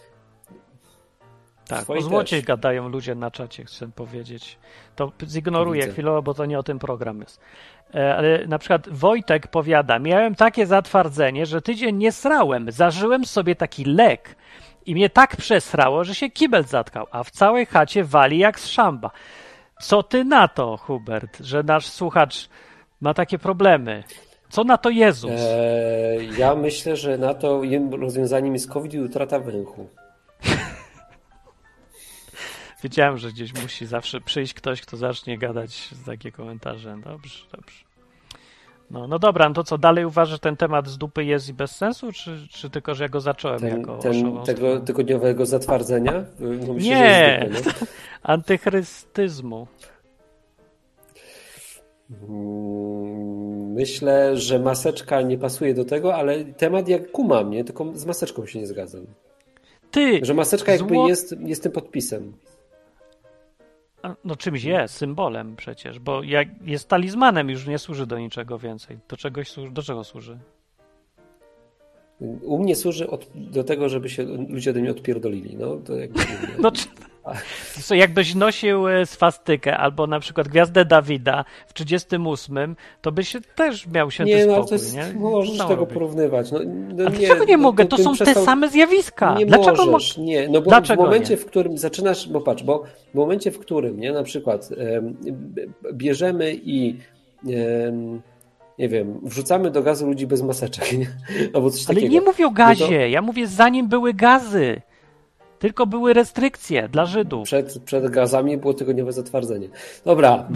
Tak, o złocie też gadają ludzie na czacie, chcę powiedzieć. To zignoruję Widzę. chwilowo, bo to nie o tym program jest. Ale na przykład Wojtek powiada, miałem takie zatwardzenie, że tydzień nie srałem, zażyłem sobie taki lek i mnie tak przesrało, że się kibel zatkał, a w całej chacie wali jak z szamba. Co ty na to, Hubert, że nasz słuchacz ma takie problemy? Co na to Jezus? Eee, ja myślę, że na to rozwiązaniem jest COVID i utrata węchu. Wiedziałem, że gdzieś musi zawsze przyjść ktoś, kto zacznie gadać takie komentarze. Dobrze, dobrze. No, no dobra, no to co, dalej uważasz, że ten temat z dupy jest i bez sensu, czy, czy tylko, że ja go zacząłem ten, jako ten, tego tygodniowego zatwardzenia? No myślę, nie, dupy, no? Antychrystyzmu. Myślę, że maseczka nie pasuje do tego, ale temat jak kumam, nie? Tylko z maseczką się nie zgadzam. Ty, że maseczka jakby zło... jest, jest tym podpisem. No czymś jest, symbolem przecież, bo jak jest talizmanem, już nie służy do niczego więcej. Do czegoś służy, do czego służy? U mnie służy od, do tego, żeby się ludzie ode mnie odpierdolili. No, to jakby, no, czy... Co, jakbyś nosił swastykę albo na przykład gwiazdę Dawida w trzydziestym ósmym, to byś też miał święty nie, spokój. No, to jest, nie, możesz tego robić? porównywać. No, no, Ale dlaczego nie, nie mogę? To są przestał... te same zjawiska. Nie dlaczego możesz, mo... nie. No bo dlaczego w momencie, nie? w którym zaczynasz, bo patrz, bo w momencie, w którym, nie, na przykład um, bierzemy i um, nie wiem, wrzucamy do gazu ludzi bez maseczek, nie? Albo coś Ale takiego. nie mówię o gazie, no to... ja mówię zanim były gazy. Tylko były restrykcje dla Żydów. Przed, przed gazami było tygodniowe zatwardzenie. Dobra.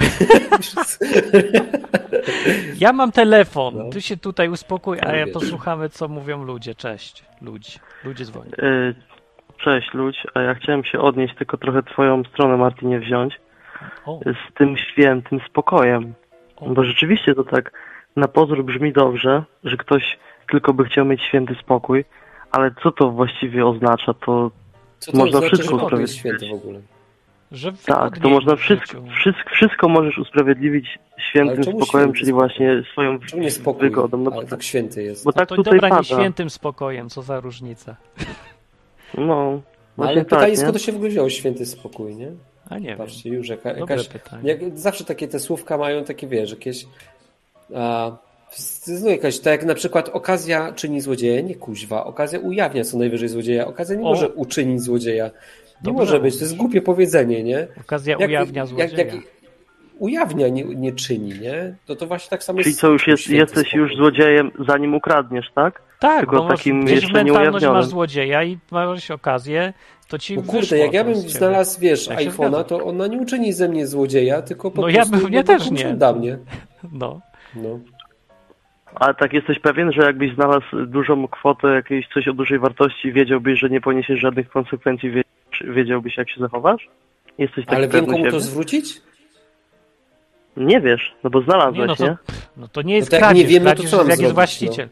Ja mam telefon. No. Ty się tutaj uspokój, a ja posłuchamy, co mówią ludzie. Cześć. Ludzi. Ludzie dzwonią. Cześć, ludź. A ja chciałem się odnieść, tylko trochę twoją stronę, Martinie, wziąć. O. Z tym świętym spokojem. O. Bo rzeczywiście to tak na pozór brzmi dobrze, że ktoś tylko by chciał mieć święty spokój, ale co to właściwie oznacza? To Co to można znaczy, wszystko że usprawiedliwić. Święty w ogóle? Że tak, to można wszystko, wszystko, wszystko możesz usprawiedliwić świętym spokojem, święty czyli właśnie swoją nie spokój, wygodą. No, ale tak święty jest. Bo tak to tutaj dobra, pada. nie świętym spokojem, co za różnica. No, ale tak, pytanie, nie? skąd to się w ogóle wziął święty spokój, nie? A nie Patrzcie, wiem. już jaka, jakaś, jak, zawsze takie te słówka mają takie, wiesz, jakieś a, no jakaś, tak jak na przykład okazja czyni złodzieja, nie kuźwa, okazja ujawnia co najwyżej złodzieja, okazja nie o. może uczynić złodzieja. Nie Dobrze może być, to jest głupie powiedzenie, nie? Okazja jak, ujawnia złodzieja. Jak, jak ujawnia, nie, nie czyni, nie? To to właśnie tak samo Czyli jest. co, już jest, jesteś spokój. już złodziejem, zanim ukradniesz, tak? Tak, tylko bo takim gdzieś jeszcze mentalność masz złodzieja i masz okazję, to ci no kurde, jak ja bym znalazł, wiesz, tak iPhone'a, to ona nie uczyni ze mnie złodzieja, tylko po no prostu... No ja pewnie też nie. Da mnie. No. no. A tak jesteś pewien, że jakbyś znalazł dużą kwotę, jakieś coś o dużej wartości, wiedziałbyś, że nie poniesiesz żadnych konsekwencji, wiedziałbyś, jak się zachowasz? Jesteś taki Ale wiem, komu siebie? to zwrócić? Nie wiesz, no bo znalazłeś, nie? No to, nie? No to nie jest no to kradzież, nie wiem, no to kradzież co mam jak zrobić, jest właściciel.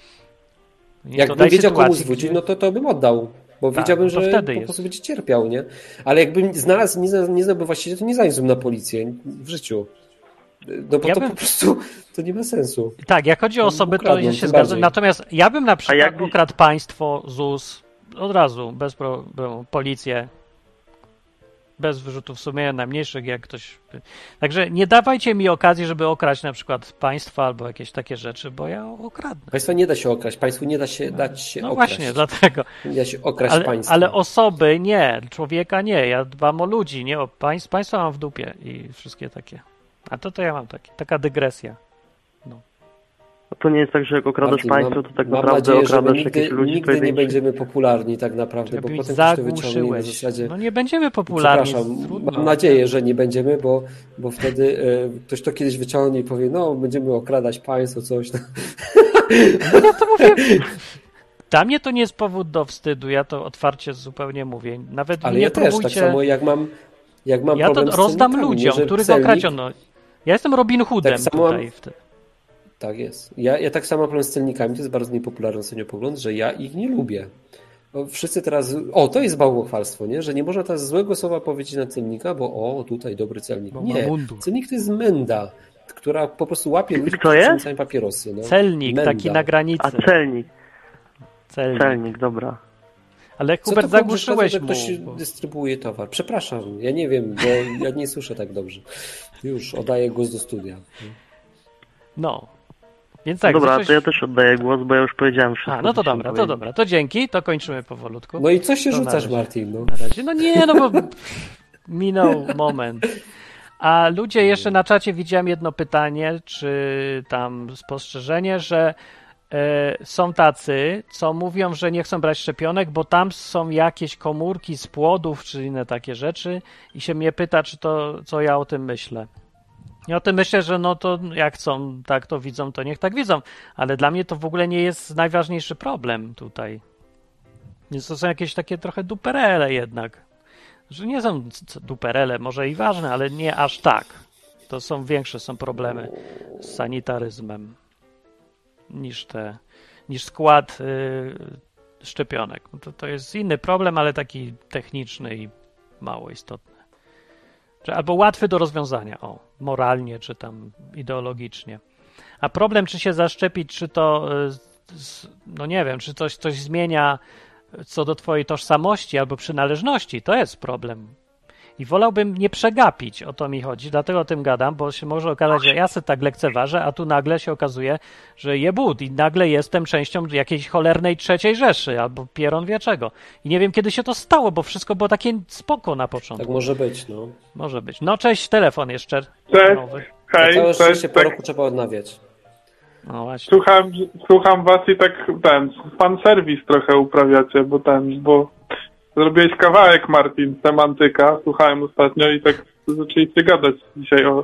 No. Jakbym wiedział, komu zwrócić, gdzie... no to, to bym oddał. Bo tak, wiedziałbym, no że po prostu będzie cierpiał, nie? Ale jakbym znalazł, nie, nie znałby właściciela, to nie zaniósłbym na policję w życiu. No bo ja to bym... po prostu to nie ma sensu. Tak, jak chodzi o osoby, to ja się zgadzam. Natomiast ja bym na przykład jakby... ukradł państwo, Z U S, od razu, bez problemu, policję, bez wyrzutów sumienia najmniejszych, jak ktoś... Także nie dawajcie mi okazji, żeby okraść na przykład państwa albo jakieś takie rzeczy, bo ja okradnę. Państwa nie da się okraść, państwu nie da się dać się no okraść. No właśnie, dlatego. Nie da się okraść ale, państwa. Ale osoby nie, człowieka nie, ja dbam o ludzi, nie o państw, państwa mam w dupie i wszystkie takie. A to to ja mam takie, taka dygresja. No. To nie jest tak, że jak okradasz Martin, państwo, mam, to tak mam naprawdę nadzieję, że my okradasz nigdy, jakichś ludzi nigdy nie pojedynczych. będziemy popularni tak naprawdę, Żeby bo mi potem ktoś to wyciągnie na zagłuszyłeś. zasadzie... No nie będziemy popularni. Przepraszam, Trudno. mam nadzieję, że nie będziemy, bo, bo wtedy e, ktoś to kiedyś wyciągnie i powie, no będziemy okradać państwo, coś. No. No ja to mówię... Dla mnie to nie jest powód do wstydu, ja to otwarcie zupełnie mówię. Nawet Ale nie ja też, próbujcie... tak samo jak mam, jak mam Ja to problem z rozdam celnikami, ludziom, że których celnik- okradziono. Ja jestem Robin Hoodem Tak samo tutaj. mam- W te... Tak jest. Ja, ja tak samo mam problem z celnikami, to jest bardzo niepopularny ostatnio pogląd, że ja ich nie lubię. O, wszyscy teraz, o to jest bałwochwalstwo, nie? Że nie można teraz złego słowa powiedzieć na celnika, bo o, tutaj dobry celnik. Bo ma Nie, mundur. celnik to jest menda, która po prostu łapie ludzi, Kto jest? którzy papierosy. No. Celnik, Menda. taki na granicy. A celnik, Celnik. celnik, dobra. Ale Co Hubert, to zagłuszyłeś że mu. ktoś Bo... dystrybuuje towar. Przepraszam, ja nie wiem, bo ja nie słyszę tak dobrze. Już oddaję głos do studia. No. Więc tak, Dobra, zacząłeś- to ja też oddaję głos, bo ja już powiedziałem wszystko. A, no to co dobra, chciałem to powiedzieć. dobra. To dzięki, to kończymy powolutku. No i co się To na rzucasz, razie. Martin? No? Na razie. No nie, no bo minął moment. A ludzie, jeszcze na czacie widziałem jedno pytanie, czy tam spostrzeżenie, że e, są tacy, co mówią, że nie chcą brać szczepionek, bo tam są jakieś komórki z płodów, czy inne takie rzeczy i się mnie pyta, czy to, co ja o tym myślę. Ja o tym myślę, że no to jak chcą, tak to widzą, to niech tak widzą, ale dla mnie to w ogóle nie jest najważniejszy problem tutaj. Więc to są jakieś takie trochę duperele jednak. Że nie są c- duperele, może i ważne, ale nie aż tak. To są większe są problemy z sanitaryzmem niż te, niż skład y, szczepionek. No to, to jest inny problem, ale taki techniczny i mało istotny. Czy, albo łatwy do rozwiązania, o, moralnie czy tam ideologicznie. A problem, czy się zaszczepić, czy to, y, z, no nie wiem, czy coś, coś zmienia co do twojej tożsamości albo przynależności, to jest problem. I wolałbym nie przegapić, o to mi chodzi, dlatego o tym gadam, bo się może okazać, że ja sobie tak lekceważę, a tu nagle się okazuje, że jebut i nagle jestem częścią jakiejś cholernej trzeciej Rzeszy albo pieron wie czego. I nie wiem, kiedy się to stało, bo wszystko było takie spoko na początku. Tak może być, no. Może być. No cześć, telefon jeszcze Cześć. nowy. Hej, Całe cześć, szczęście po tak, roku trzeba odnawiać. No właśnie. słucham, słucham was i tak ten, fan serwis trochę uprawiacie, bo ten, bo zrobiłeś kawałek, Martin, semantyka, słuchałem ostatnio i tak zaczęliście gadać dzisiaj o,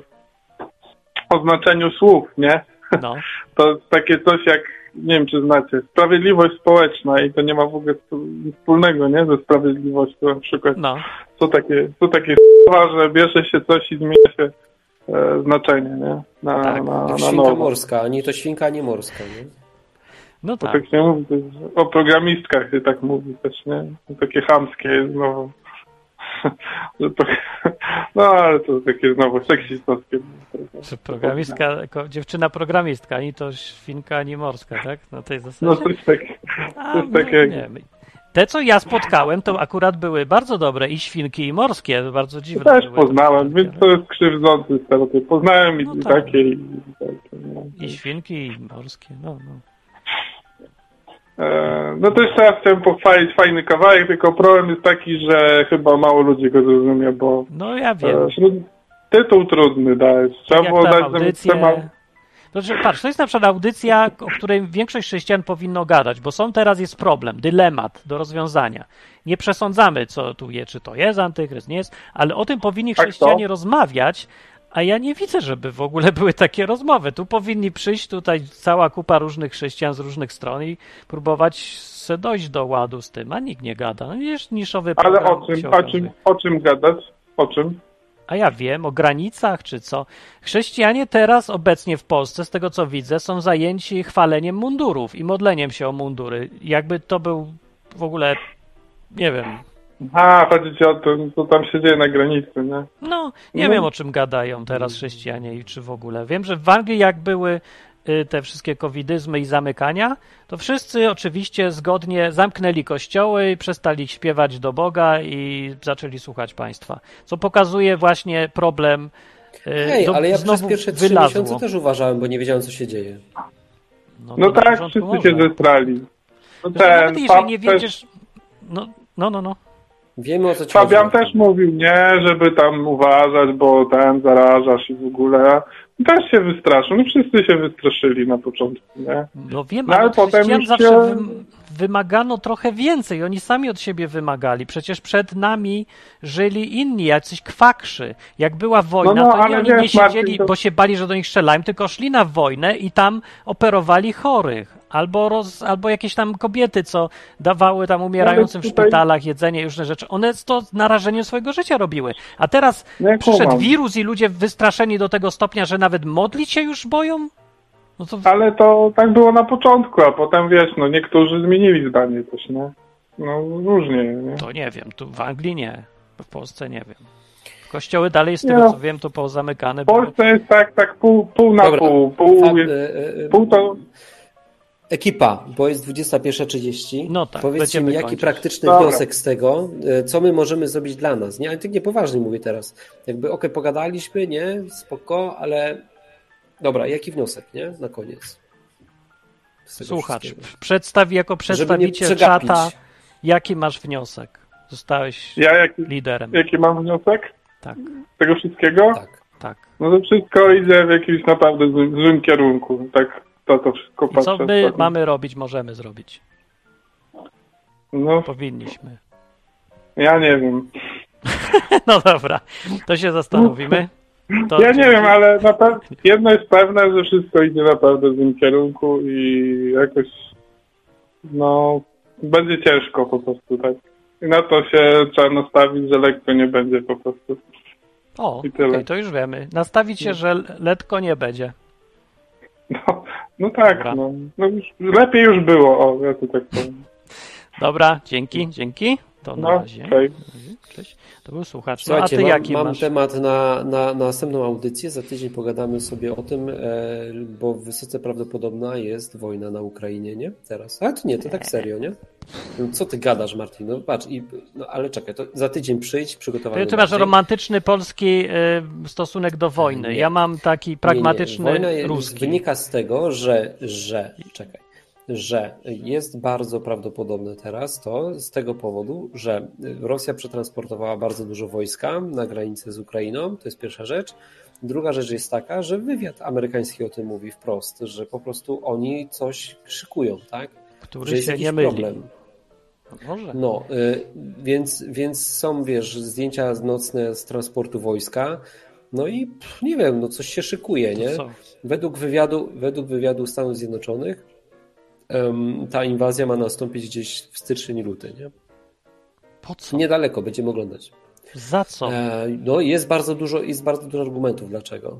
o znaczeniu słów, nie? No. To takie coś jak, nie wiem czy znacie, sprawiedliwość społeczna i to nie ma w ogóle nic wspólnego, nie, ze sprawiedliwością na przykład. No. Co takie, co takie że bierze się coś i zmienia się e, znaczenie, nie? Na, Tak, na, Jak na świnka nowo. morska, ani to świnka, ani morska, nie? No To tak. tak się mówi, to jest, o programistkach się tak mówi też, nie? Takie chamskie jest znowu. Że to, no ale to takie znowu seksistowskie. Czy programistka, jako dziewczyna programistka, ani to świnka, ani morska, tak? Na tej zasadzie. No coś tak, A, coś no, takiego. nie wiem. Te, co ja spotkałem, to akurat były bardzo dobre i świnki, i morskie, bardzo dziwne. Też były. poznałem, więc to jest krzywdzący stereotyp. Poznałem i No tak. takie i takie. No. I świnki, i morskie, no, no. E, no to jeszcze raz chciałem pochwalić fajny kawałek, tylko problem jest taki, że chyba mało ludzi go zrozumie, bo No ja wiem. e, tytuł trudny dać. Trzeba Jak było tam dać audycję. temat. Znaczy, patrz, to jest na przykład audycja, o której większość chrześcijan powinno gadać, bo są teraz jest problem, dylemat do rozwiązania. Nie przesądzamy, co tu je, czy to jest antychryst, nie jest, ale o tym powinni Tak chrześcijanie to. rozmawiać, a ja nie widzę, żeby w ogóle były takie rozmowy. Tu powinni przyjść tutaj cała kupa różnych chrześcijan z różnych stron i próbować se dojść do ładu z tym, a nikt nie gada. No jest niszowy Ale program. o czym, się o okazuje. czym, o czym gadać? O czym? A ja wiem, o granicach czy co. Chrześcijanie teraz obecnie w Polsce, z tego co widzę, są zajęci chwaleniem mundurów i modleniem się o mundury. Jakby to był w ogóle, nie wiem, A, chodzi ci o to, co tam się dzieje na granicy, nie? no nie No. wiem o czym gadają teraz chrześcijanie i czy w ogóle. Wiem, że w Anglii jak były y, te wszystkie covidyzmy i zamykania, to wszyscy oczywiście zgodnie zamknęli kościoły i przestali śpiewać do Boga i zaczęli słuchać państwa. Co pokazuje właśnie problem. y, Hej, do- ale ja znowu przez pierwsze trzy wylazło. miesiące też uważałem, bo nie wiedziałem, co się dzieje. No, No to na tak, porządku wszyscy się może. zestrali. No Zresztą nawet jeżeli Fab nie też- wiedziesz... No, no, no. no. Wiemy, o co ci Fabian chodzi. też mówił, nie, żeby tam uważać, bo ten zarażasz i w ogóle. też się wystraszą. No wszyscy się wystraszyli na początku, nie? No wiem, no, ale ale od potem chrześcijan już zawsze się... wy, wymagano trochę więcej. Oni sami od siebie wymagali. Przecież przed nami żyli inni, jacyś kwakrzy. Jak była wojna, no, no, to nie, oni wiesz, nie siedzieli, Marcin, to... bo się bali, że do nich strzelają, tylko szli na wojnę i tam operowali chorych. Albo, roz, albo jakieś tam kobiety, co dawały tam umierającym w tutaj... szpitalach jedzenie i różne rzeczy. One to z narażeniem swojego życia robiły. A teraz no, przyszedł kumam. wirus i ludzie wystraszeni do tego stopnia, że nawet modlić się już boją? No to... Ale to tak było na początku, a potem wiesz, no niektórzy zmienili zdanie też, nie? No różnie, nie? To nie wiem, tu w Anglii nie, w Polsce nie wiem. Kościoły dalej, z tego nie. co wiem, to pozamykane. W Polsce były... jest tak, tak pół, pół na Dobra. pół. Pół, Fa- jest, e, e, pół to... Ekipa, bo jest dwudziesta pierwsza trzydzieści. No tak, Powiedzcie będziemy mi, jaki kończyć. praktyczny Dobra. wniosek z tego, co my możemy zrobić dla nas, nie? Ale tak niepoważnie mówię teraz. Jakby, okej, okay, pogadaliśmy, nie? Spoko, ale dobra, jaki wniosek, nie? Na koniec. Słuchacz, przedstawi jako przedstawiciel czata, jaki masz wniosek? Zostałeś ja jaki, liderem. Jaki mam wniosek? Tak. Z tego wszystkiego? Tak. tak. No to wszystko idzie w jakimś naprawdę złym, złym kierunku. Tak, to to wszystko I co patrzę. my tak. mamy robić, możemy zrobić? No, powinniśmy. Ja nie wiem. No dobra, to się zastanowimy. To ja nie wiem, ale na pe- jedno jest pewne, że wszystko idzie naprawdę w tym kierunku i jakoś no będzie ciężko po prostu, tak. I na to się trzeba nastawić, że lekko nie będzie po prostu. O, okej, okay, to już wiemy. Nastawić się, że letko nie będzie. No, no tak, no, no już, lepiej już było, o, ja to tak powiem. Dobra, dzięki, dzięki. To na no, razie. Okay. Cześć. To był słuchacz. No, Słuchajcie, a ty mam, jaki mam masz? temat na, na, na następną audycję. Za tydzień pogadamy sobie o tym, e, bo wysoce prawdopodobna jest wojna na Ukrainie, nie? Teraz. Ale to nie, to tak serio, nie? No, co ty gadasz, Martin? No patrz, i, no, ale czekaj, to za tydzień przyjdź, przygotowany. Ty, ty masz romantyczny polski y, stosunek do wojny. Nie. Ja mam taki pragmatyczny nie, nie. Wojna ruski. Wynika z tego, że, że czekaj. że jest bardzo prawdopodobne teraz to z tego powodu, że Rosja przetransportowała bardzo dużo wojska na granicę z Ukrainą, to jest pierwsza rzecz. Druga rzecz jest taka, że wywiad amerykański o tym mówi wprost, że po prostu oni coś szykują, tak? Który że jest się jakiś nie myli. problem. Może. No, y, więc, więc są, wiesz, zdjęcia nocne z transportu wojska, no i pff, nie wiem, no coś się szykuje, nie? Według wywiadu, według wywiadu Stanów Zjednoczonych um, ta inwazja ma nastąpić gdzieś w styczniu, luty, nie? Po co? Niedaleko, będziemy oglądać. Za co? E, no jest bardzo dużo, jest bardzo dużo argumentów, dlaczego.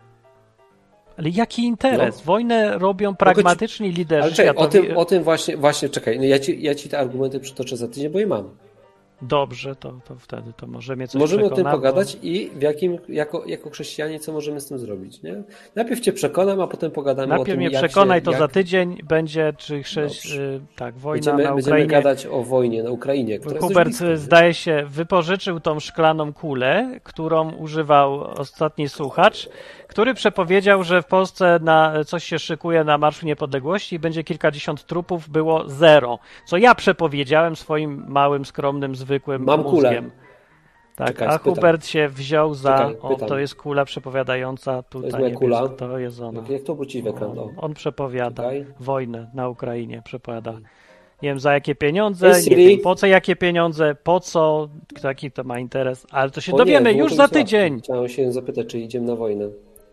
Ale jaki interes? No. Wojnę robią pragmatyczni ci... liderzy Ale czekaj, światowi. o tym, o tym właśnie, właśnie czekaj, no ja, ci, ja ci te argumenty przytoczę za tydzień, bo je mam. Dobrze, to, to wtedy to może mnie coś Możemy przekona, o tym pogadać bo... i w jakim, jako, jako chrześcijanie, co możemy z tym zrobić, nie? Najpierw cię przekonam, a potem pogadamy Najpierw o tym, mnie jak przekonaj, się, to jak... za tydzień będzie, czy chrześ... tak, wojna będziemy, na będziemy Ukrainie. gadać o wojnie na Ukrainie. Która Hubert, jest blisko, zdaje się, wypożyczył tą szklaną kulę, którą używał ostatni słuchacz, który przepowiedział, że w Polsce na coś się szykuje na Marszu Niepodległości i będzie kilkadziesiąt trupów, było zero. Co ja przepowiedziałem swoim małym, skromnym, zwykłym Mam mózgiem. kulę. Tak, Czekaj, a spytam. Hubert się wziął za... Czekaj, o, pytam. to jest kula przepowiadająca tutaj. To jest moja kula. Niebieska, to jest ona. Jak, jak to obrócić w ekran? On, on przepowiada Czekaj. wojnę na Ukrainie, przepowiada. Nie wiem za jakie pieniądze, Hey, nie wiem po co jakie pieniądze, po co, jaki to ma interes, ale to się O dowiemy nie, już za słuchawki. tydzień. Chciałem się zapytać, czy idziemy na wojnę.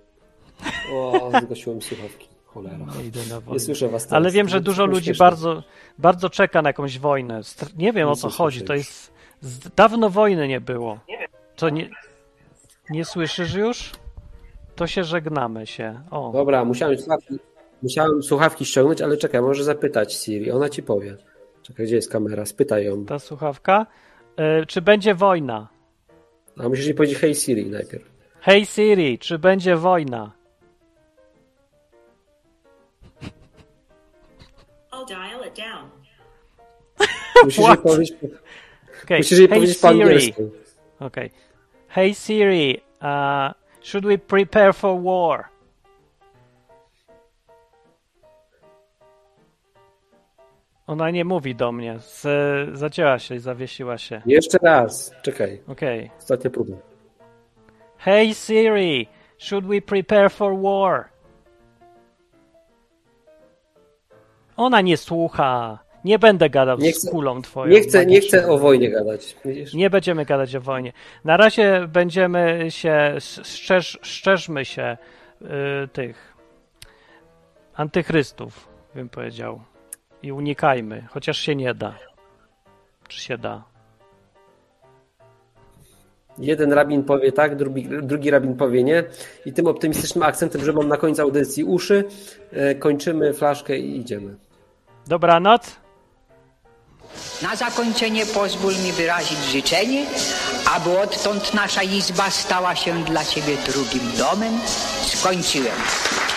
O, zgasiłem słuchawki. Cholera. Nie idę na wojnę. Nie słyszę was teraz. Ale wiem, że To dużo jest ludzi śmieszne. bardzo, bardzo czeka na jakąś wojnę. Str- Nie wiem o co Nie chodzi, słyszę to już. jest... Z... Dawno wojny nie było. To nie... Nie słyszysz już? To się żegnamy się. O. Dobra, musiałem słuchawki, musiałem słuchawki ściągnąć, ale czekaj, może zapytać Siri, ona ci powie. Czekaj, gdzie jest kamera? Spytaj ją. Ta słuchawka. Y, czy będzie wojna? A musisz jej powiedzieć hej Siri najpierw. Hej Siri, czy będzie wojna? I'll dial it down. Musisz jej What? powiedzieć, Okay. musisz jej Hey powiedzieć po Siri. angielsku. Okay. Hey Siri, uh, should we prepare for war? Ona nie mówi do mnie. Z, zacięła się i zawiesiła się. Jeszcze raz, czekaj. Okej. Okay. Ostatnia próba. Hey Siri, Should we prepare for war? Ona nie słucha. Nie będę gadał nie z chcę, kulą twoją. Nie chcę, nie chcę o wojnie gadać. Widzisz? Nie będziemy gadać o wojnie. Na razie będziemy się, szczerz, szczerzmy się y, tych antychrystów, bym powiedział. I unikajmy, chociaż się nie da. Czy się da? Jeden rabin powie tak, drugi, drugi rabin powie nie. I tym optymistycznym akcentem, że mam na końcu audycji uszy, y, kończymy flaszkę i idziemy. Dobranoc. Na zakończenie pozwól mi wyrazić życzenie, aby odtąd nasza izba stała się dla Ciebie drugim domem. Skończyłem.